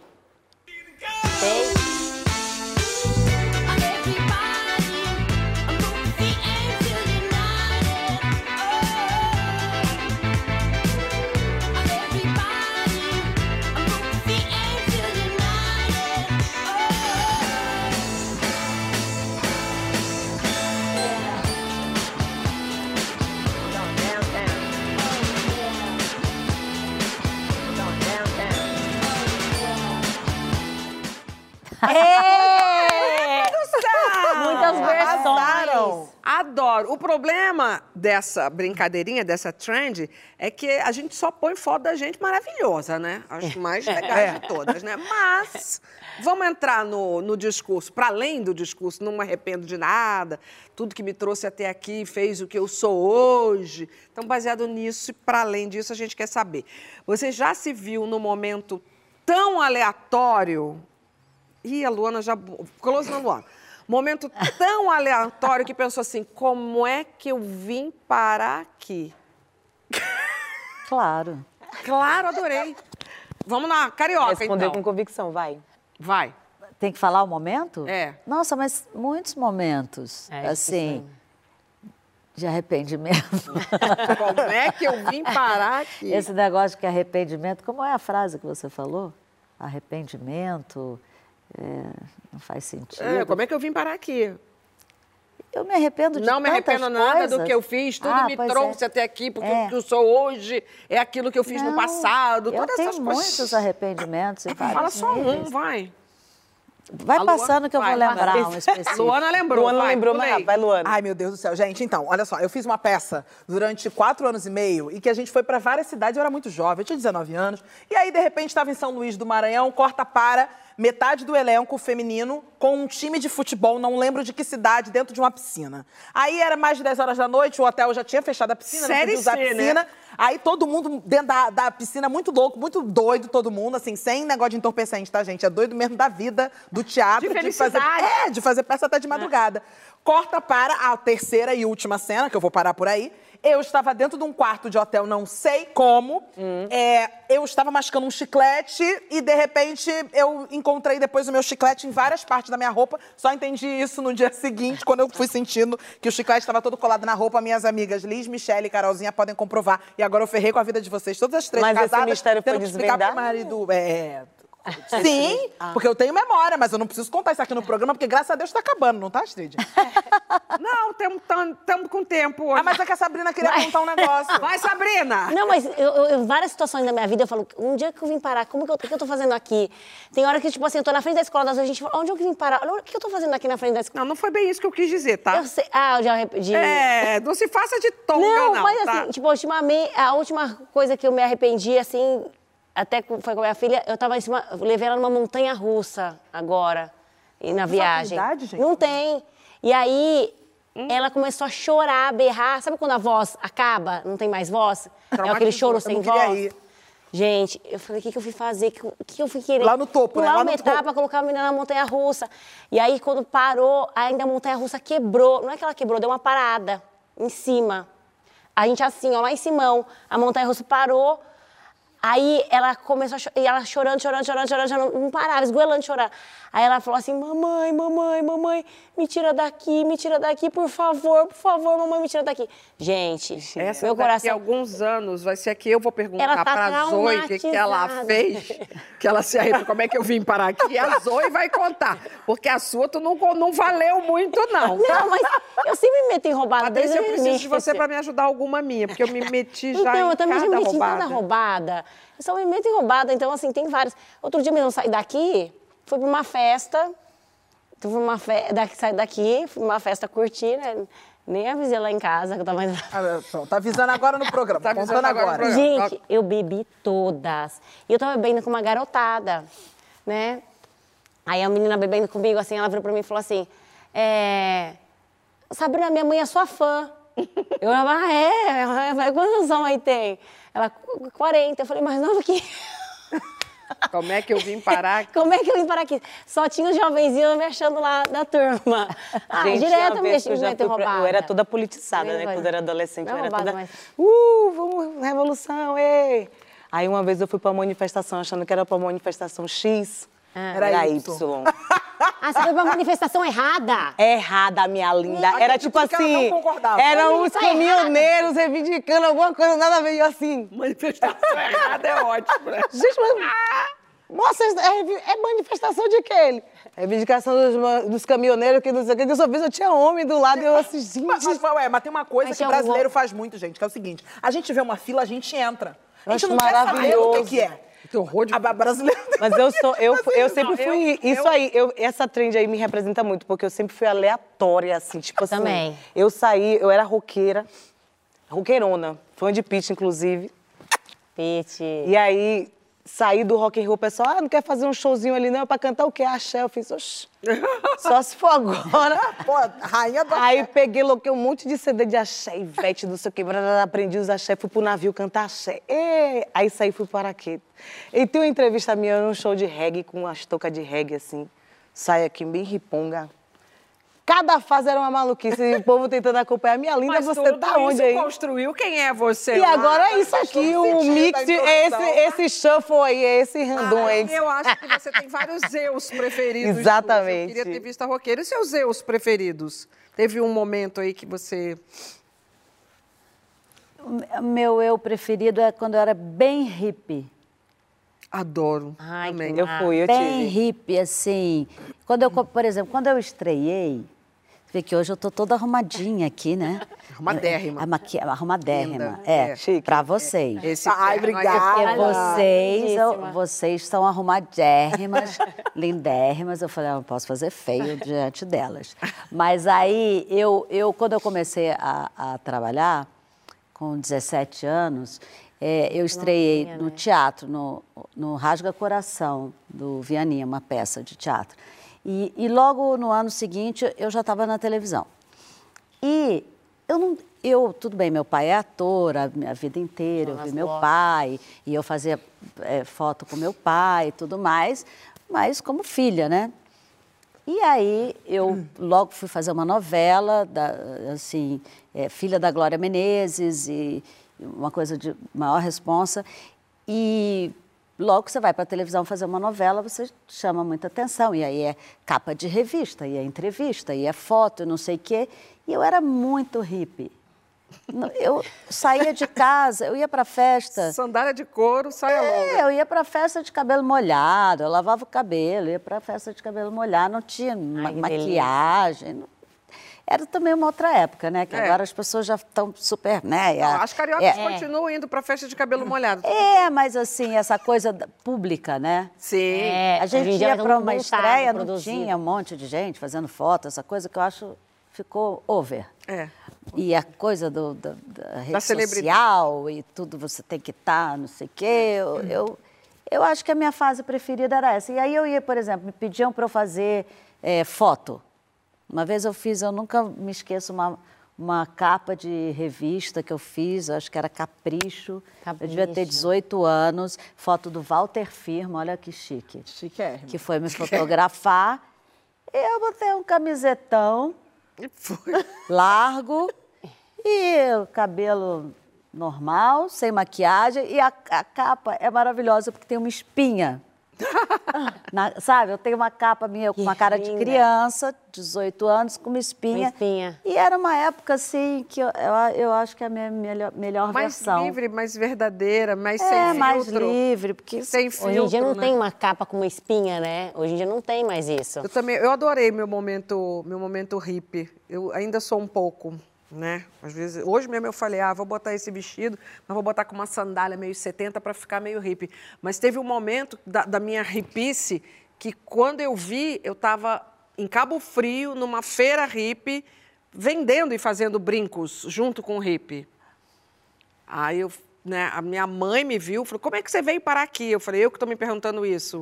É! Muitas versões.
Adoro. O problema dessa brincadeirinha, dessa trend, é que a gente só põe foto da gente maravilhosa, né? Acho mais legais de todas, né? Mas vamos entrar no, no discurso, para além do discurso, não me arrependo de nada, tudo que me trouxe até aqui fez o que eu sou hoje. Então, baseado nisso e para além disso, a gente quer saber. Você já se viu num momento tão aleatório? Ih, a Luana já... Close na Luana. Momento tão aleatório que pensou assim, como é que eu vim parar aqui?
Claro.
Claro, adorei. Vamos lá, carioca,
Respondeu
então.
com convicção, vai.
Vai.
Tem que falar o momento?
É.
Nossa, mas muitos momentos,
É,
assim, de arrependimento.
Como é que eu vim parar aqui?
Esse negócio de que arrependimento, como é a frase que você falou? Arrependimento... É, não faz sentido.
É, como é que eu vim parar aqui?
Eu me arrependo de
Não me
tantas
arrependo nada
coisas.
do que eu fiz, tudo
Ah,
me
pois
trouxe
é.
até aqui, porque
É.
o que eu sou hoje é aquilo que eu fiz
Não,
no passado,
eu
todas
tenho
essas coisas.
muitos arrependimentos em vários
Fala só
níveis.
um, vai.
Vai
A Luana-
passando que eu
vai,
vou lembrar
vai.
um específico.
Luana lembrou,
Luana
vai,
lembrou,
pulei.
mas vai, Luana.
Ai, meu Deus do céu. Gente, então, olha só, eu fiz uma peça durante quatro anos e meio e que a gente foi para várias cidades, eu era muito jovem, eu tinha dezenove anos, e aí, de repente, estava em São Luís do Maranhão, corta para metade do elenco feminino com um time de futebol, não lembro de que cidade, dentro de uma piscina. Aí era mais de dez horas da noite, o hotel já tinha fechado a piscina, não
Série
podia usar a
C, né?
piscina. Aí todo mundo dentro da, da piscina, muito louco, muito doido, todo mundo, assim, sem negócio de entorpecente, tá, gente? É doido mesmo da vida, do teatro.
De
fazer,
felicidade.
é, de fazer peça até de madrugada. Corta para a terceira e última cena, que eu vou parar por aí. Eu estava dentro de um quarto de hotel, não sei como.
Hum.
É, eu estava mascando um chiclete e, de repente, eu encontrei depois o meu chiclete em várias partes da minha roupa. Só entendi isso no dia seguinte, quando eu fui sentindo que o chiclete estava todo colado na roupa. Minhas amigas Liz, Michelle e Carolzinha podem comprovar. E agora eu ferrei com a vida de vocês, todas as três
Mas esse
casadas.
mistério foi
tendo que explicar
desvendado?
pro marido. É... Sim, porque eu tenho memória, mas eu não preciso contar isso aqui no programa, porque graças a Deus tá acabando, não tá, Astrid?
Não, estamos com tempo hoje.
Ah, mas é que a Sabrina queria contar um negócio.
Vai, Sabrina!
Não, mas eu, eu, eu- várias situações da minha vida eu falo, um dia que eu vim parar, como que eu, o que eu tô fazendo aqui? Tem hora que, tipo assim, eu tô na frente da escola, das vezes a gente fala, onde eu vim parar? Olha, o que eu tô fazendo aqui na frente da escola?
Não, não foi bem isso que eu quis dizer, tá?
Eu sei, ah, eu já arrependi.
É, não se faça de tonga,
Não,
não,
mas
tá?
assim, tipo, ultimamente, a última coisa que eu me arrependi, assim, até que foi com a minha filha, eu tava em cima, eu levei ela numa montanha russa agora, e na viagem.
idade, gente?
Não tem. E aí, ela começou a chorar, a berrar. Sabe quando a voz acaba, não tem mais voz? É aquele
Traumatizou,
choro
eu
sem
não queria
voz.
ir.
Gente, eu falei, o que, que eu fui fazer? O que, que- que eu fui querer?
Lá no topo, né?
Pular
Lá
uma
no topo.
etapa, colocar a menina na montanha-russa. E aí, quando parou, ainda a montanha-russa quebrou. Não é que ela quebrou, deu uma parada em cima. A gente assim, ó, lá em Simão, a montanha-russa parou. Aí ela começou a cho- e ela chorando, chorando, chorando, chorando, chorando, não parava, esgoelando de chorar. Aí ela falou assim, mamãe, mamãe, mamãe, me tira daqui, me tira daqui, por favor, por favor, mamãe, me tira daqui. Gente,
Essa
meu
daqui
coração...
a alguns anos vai ser que eu vou perguntar
Ela tá
pra Zoe o que, que ela
traumatizada.
fez, que ela se arrependeu, como é que eu vim parar aqui. E a Zoe vai contar, porque a sua tu não, não valeu muito, não.
Não, mas eu sempre me meto em roubada.
Patrícia, eu
desde o
preciso de
início.
você pra me ajudar alguma minha, porque eu me meti já
Então,
em
eu também já
cada
me meti em
roubada.
cada roubada. Eu só me meto em roubada, então, assim, tem vários. Outro dia mesmo eu saí daqui, fui pra uma festa, fui pra uma fe... daqui, saí daqui, fui pra uma festa curtir, né? Nem avisei lá em casa que eu tava...
Ah, pronto, tá avisando agora no programa,
Tá avisando
contando
agora no
agora.
programa.
Gente, eu bebi todas. E eu tava bebendo com uma garotada, né? Aí a menina bebendo comigo, assim, ela virou pra mim e falou assim, é... Sabrina, minha mãe é sua fã. Eu falei, ah, é? Eu falei, quantos anos aí tem? Ela, quarenta. Eu falei, mais nova que...
Como é que eu vim parar aqui?
Como é que eu vim parar aqui? Só tinha os jovenzinhos me achando lá da turma. Ah,
Gente,
direto
uma
me
vez que eu
me
já
metem
fui pra-
roubada.
Eu era toda politizada, né?
Mesmo,
Quando eu era adolescente,
não
eu era
roubada,
toda...
mas-
Uh, vamos, revolução, ei! Aí uma vez eu fui pra manifestação, achando que era pra manifestação X.
Ah.
era
Y.
Y.
Ah, você foi pra manifestação errada.
Errada, minha linda. Era
acredito
tipo
que ela
assim,
não concordava.
eram os
Tá errado.
caminhoneiros reivindicando alguma coisa, nada a ver, e eu assim...
Manifestação errada é ótimo, né?
Gente, mas... Moça, é, é manifestação de quê? Ele? Reivindicação dos, ma- dos caminhoneiros, que não sei o que, que eu só vi, eu tinha homem do lado, e eu assim, gente...
Mas, mas, ué, mas tem uma coisa
Mas
que
tem
brasileiro
algum-
faz muito, gente, que é o seguinte: a gente vê uma fila, a gente entra. A gente
acho
não quer saber o que,
maravilhoso.
que é.
Tem horror de...
A ba- brasileira.
Mas eu sou, eu, fu- eu
Mas,
sempre
não,
fui,
eu-
isso
eu-
aí, eu, essa trend aí me representa muito, porque eu sempre fui aleatória, assim, tipo assim.
Também.
Eu saí, eu era roqueira, roqueirona, fã de Pitty, inclusive.
Pete.
E aí, saí do Rock and Roll, o pessoal, ah, não quer fazer um showzinho ali não, é pra cantar o quê? Axé, eu fiz, oxi, só se for agora.
Pô, rainha do
Aí
axé.
peguei, loquei um monte de C D de axé, Ivete, não sei o quê, brará, aprendi os axé, fui pro navio cantar axé. Ê, aí saí, fui para Araqueto. E tem uma entrevista minha num show de reggae, com umas toucas de reggae, assim, sai aqui bem riponga. Cada fase era uma maluquice, e o povo tentando acompanhar. Minha linda,
Mas
você
tudo
tá onde
isso
aí?
construiu quem é você.
E
lá.
agora é isso aqui, o
sentido
mix,
da
é esse,
introdução.
esse shuffle aí, é esse random aí.
Ah, eu acho que você tem vários Zeus preferidos.
Exatamente.
Eu queria ter visto a roqueira. E seus Zeus preferidos? Teve um momento aí que você...
O meu eu preferido é quando eu era bem hippie.
Adoro.
Ai,
também.
que
Eu fui, eu
Bem
tive.
hippie, assim. Quando eu, por exemplo, quando eu estreiei, você vê que hoje eu tô toda arrumadinha aqui, né?
Arrumadérrima.
A maqui... Arrumadérrima,
Linda.
é.
É.
Chique.
Pra vocês.
Esse
Ai,
terno aí é
obrigada.
Porque
Ah,
vocês, eu-
lindíssima.
vocês são arrumadérrimas, lindérrimas. Eu falei, ah, não posso fazer feio diante delas. Mas aí, eu, eu quando eu comecei a, a trabalhar, com dezessete anos, é, eu estreiei
Novinha,
no
né?
teatro, no, no Rasga Coração, do Vianinha, uma peça de teatro. E, e logo no ano seguinte, eu já estava na televisão. E eu não... Eu, tudo bem, meu pai é ator a minha vida inteira, eu vi
Jonas
meu
Bloch.
pai, e eu fazia é, foto com meu pai e tudo mais, mas como filha, né? E aí eu logo fui fazer uma novela, da, assim, é, filha da Glória Menezes, e uma coisa de maior responsa. E logo que você vai para a televisão fazer uma novela, você chama muita atenção. E aí é capa de revista, e é entrevista, e é foto, e não sei o quê. E eu era muito hippie. Eu saía de casa, eu ia para festa.
Sandália de couro, saia longa.
É, eu ia para festa de cabelo molhado, eu lavava o cabelo, ia para festa de cabelo molhado, não tinha ma maquiagem. Não... Era também uma outra época, né? Que é. agora as pessoas já estão super, né?
Não, as cariocas é. continuam indo para festa de cabelo molhado.
É, mas assim, essa coisa pública, né?
Sim.
É, a gente ia para uma estreia, não tinha um monte de gente fazendo foto, essa coisa que eu acho ficou over.
É.
E a coisa do, da, da rede da social e tudo, você tem que estar, não sei o quê. Eu, eu, eu acho que a minha fase preferida era essa. E aí eu ia, por exemplo, me pediam para eu fazer é, foto. Uma vez eu fiz, eu nunca me esqueço, uma, uma capa de revista que eu fiz, eu acho que era Capricho. Capricho. Eu devia ter dezoito anos. Foto do Walter Firmo, olha que chique.
Chique é.
Que foi me fotografar. Eu botei um camisetão largo e o cabelo normal, sem maquiagem. E a, a capa é maravilhosa porque tem uma espinha. Na, sabe, eu tenho uma capa minha com uma cara de criança, dezoito anos, com uma espinha.
Uma espinha.
E era uma época, assim, que eu, eu, eu acho que é a minha melhor, melhor
mais
versão.
Mais livre, mais verdadeira, mais
é,
sem filtro.
É, mais livre, porque...
Sem filtro,
hoje em dia não
né?
tem uma capa com uma espinha, né? Hoje em dia não tem mais isso.
Eu também, eu adorei meu momento, meu momento hippie. Eu ainda sou um pouco... Né? Às vezes, hoje mesmo eu falei, ah, vou botar esse vestido, mas vou botar com uma sandália meio setenta para ficar meio hippie. Mas teve um momento da, da minha hippice que quando eu vi, eu estava em Cabo Frio, numa feira hippie, vendendo e fazendo brincos junto com o hippie. Aí eu, né, a minha mãe me viu, falou, como é que você veio parar aqui? Eu falei, eu que estou me perguntando isso.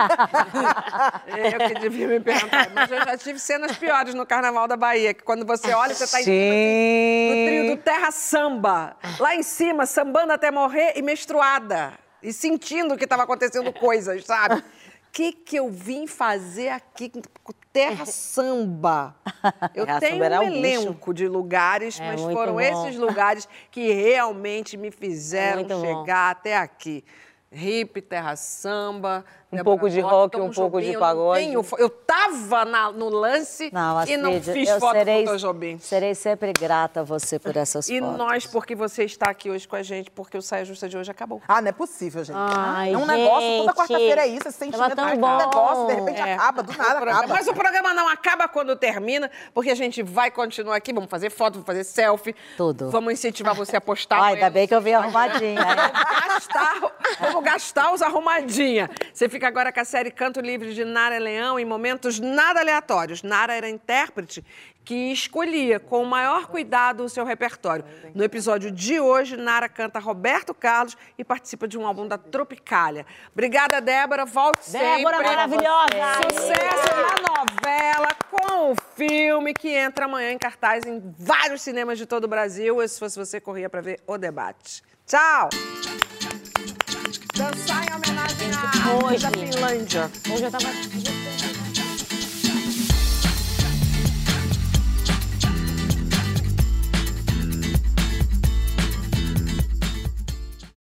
Eu que devia me perguntar. Mas eu já tive cenas piores no Carnaval da Bahia, que quando você olha, você está em cima assim, no trio do Terra Samba. Lá em cima, sambando até morrer e menstruada. E sentindo que estava acontecendo coisas, sabe? O que, que eu vim fazer aqui com Terra Samba? Eu
Terra
tenho
Samba
um
um
elenco
bicho.
de lugares,
É
mas
muito
foram
bom.
esses lugares que realmente me fizeram
É muito
chegar até aqui. Hip, Terra Samba...
Um
Débora
pouco de
Rocha,
rock,
Tom
um pouco
Jobim.
de
Eu
pagode.
não tenho- Eu tava na- no lance
Não,
e não
Astrid,
fiz
eu
foto
serei,
com o Tom Jobim.
serei sempre grata a você por essas
E
fotos.
nós, porque você está aqui hoje com a gente, porque o Saia Justa de hoje acabou.
Ah, não é possível, gente.
Ai,
é um negócio, toda
gente.
quarta-feira é isso, esse sentimento,
Tava tão
um
bom.
negócio, de repente
É.
acaba, do nada
O programa-
acaba.
Mas o programa não acaba quando termina, porque a gente vai continuar aqui, vamos fazer foto, vamos fazer selfie.
Tudo.
Vamos incentivar você a postar.
Ai,
amanhã
ainda bem que eu vim arrumadinha.
Vamos gastar, vamos gastar os arrumadinha. Você fica agora com a série Canto Livre de Nara Leão em momentos nada aleatórios. Nara era intérprete que escolhia com o maior cuidado o seu repertório. No episódio de hoje, Nara canta Roberto Carlos e participa de um álbum da Tropicália. Obrigada, Débora. Volte
Débora
sempre.
maravilhosa!
Sucesso na novela, com o filme que entra amanhã em cartaz em vários cinemas de todo o Brasil. E se fosse você, corria para ver O Debate. Tchau! Dançar em homenagem à
Hoje.
da Finlândia.
Hoje eu tava...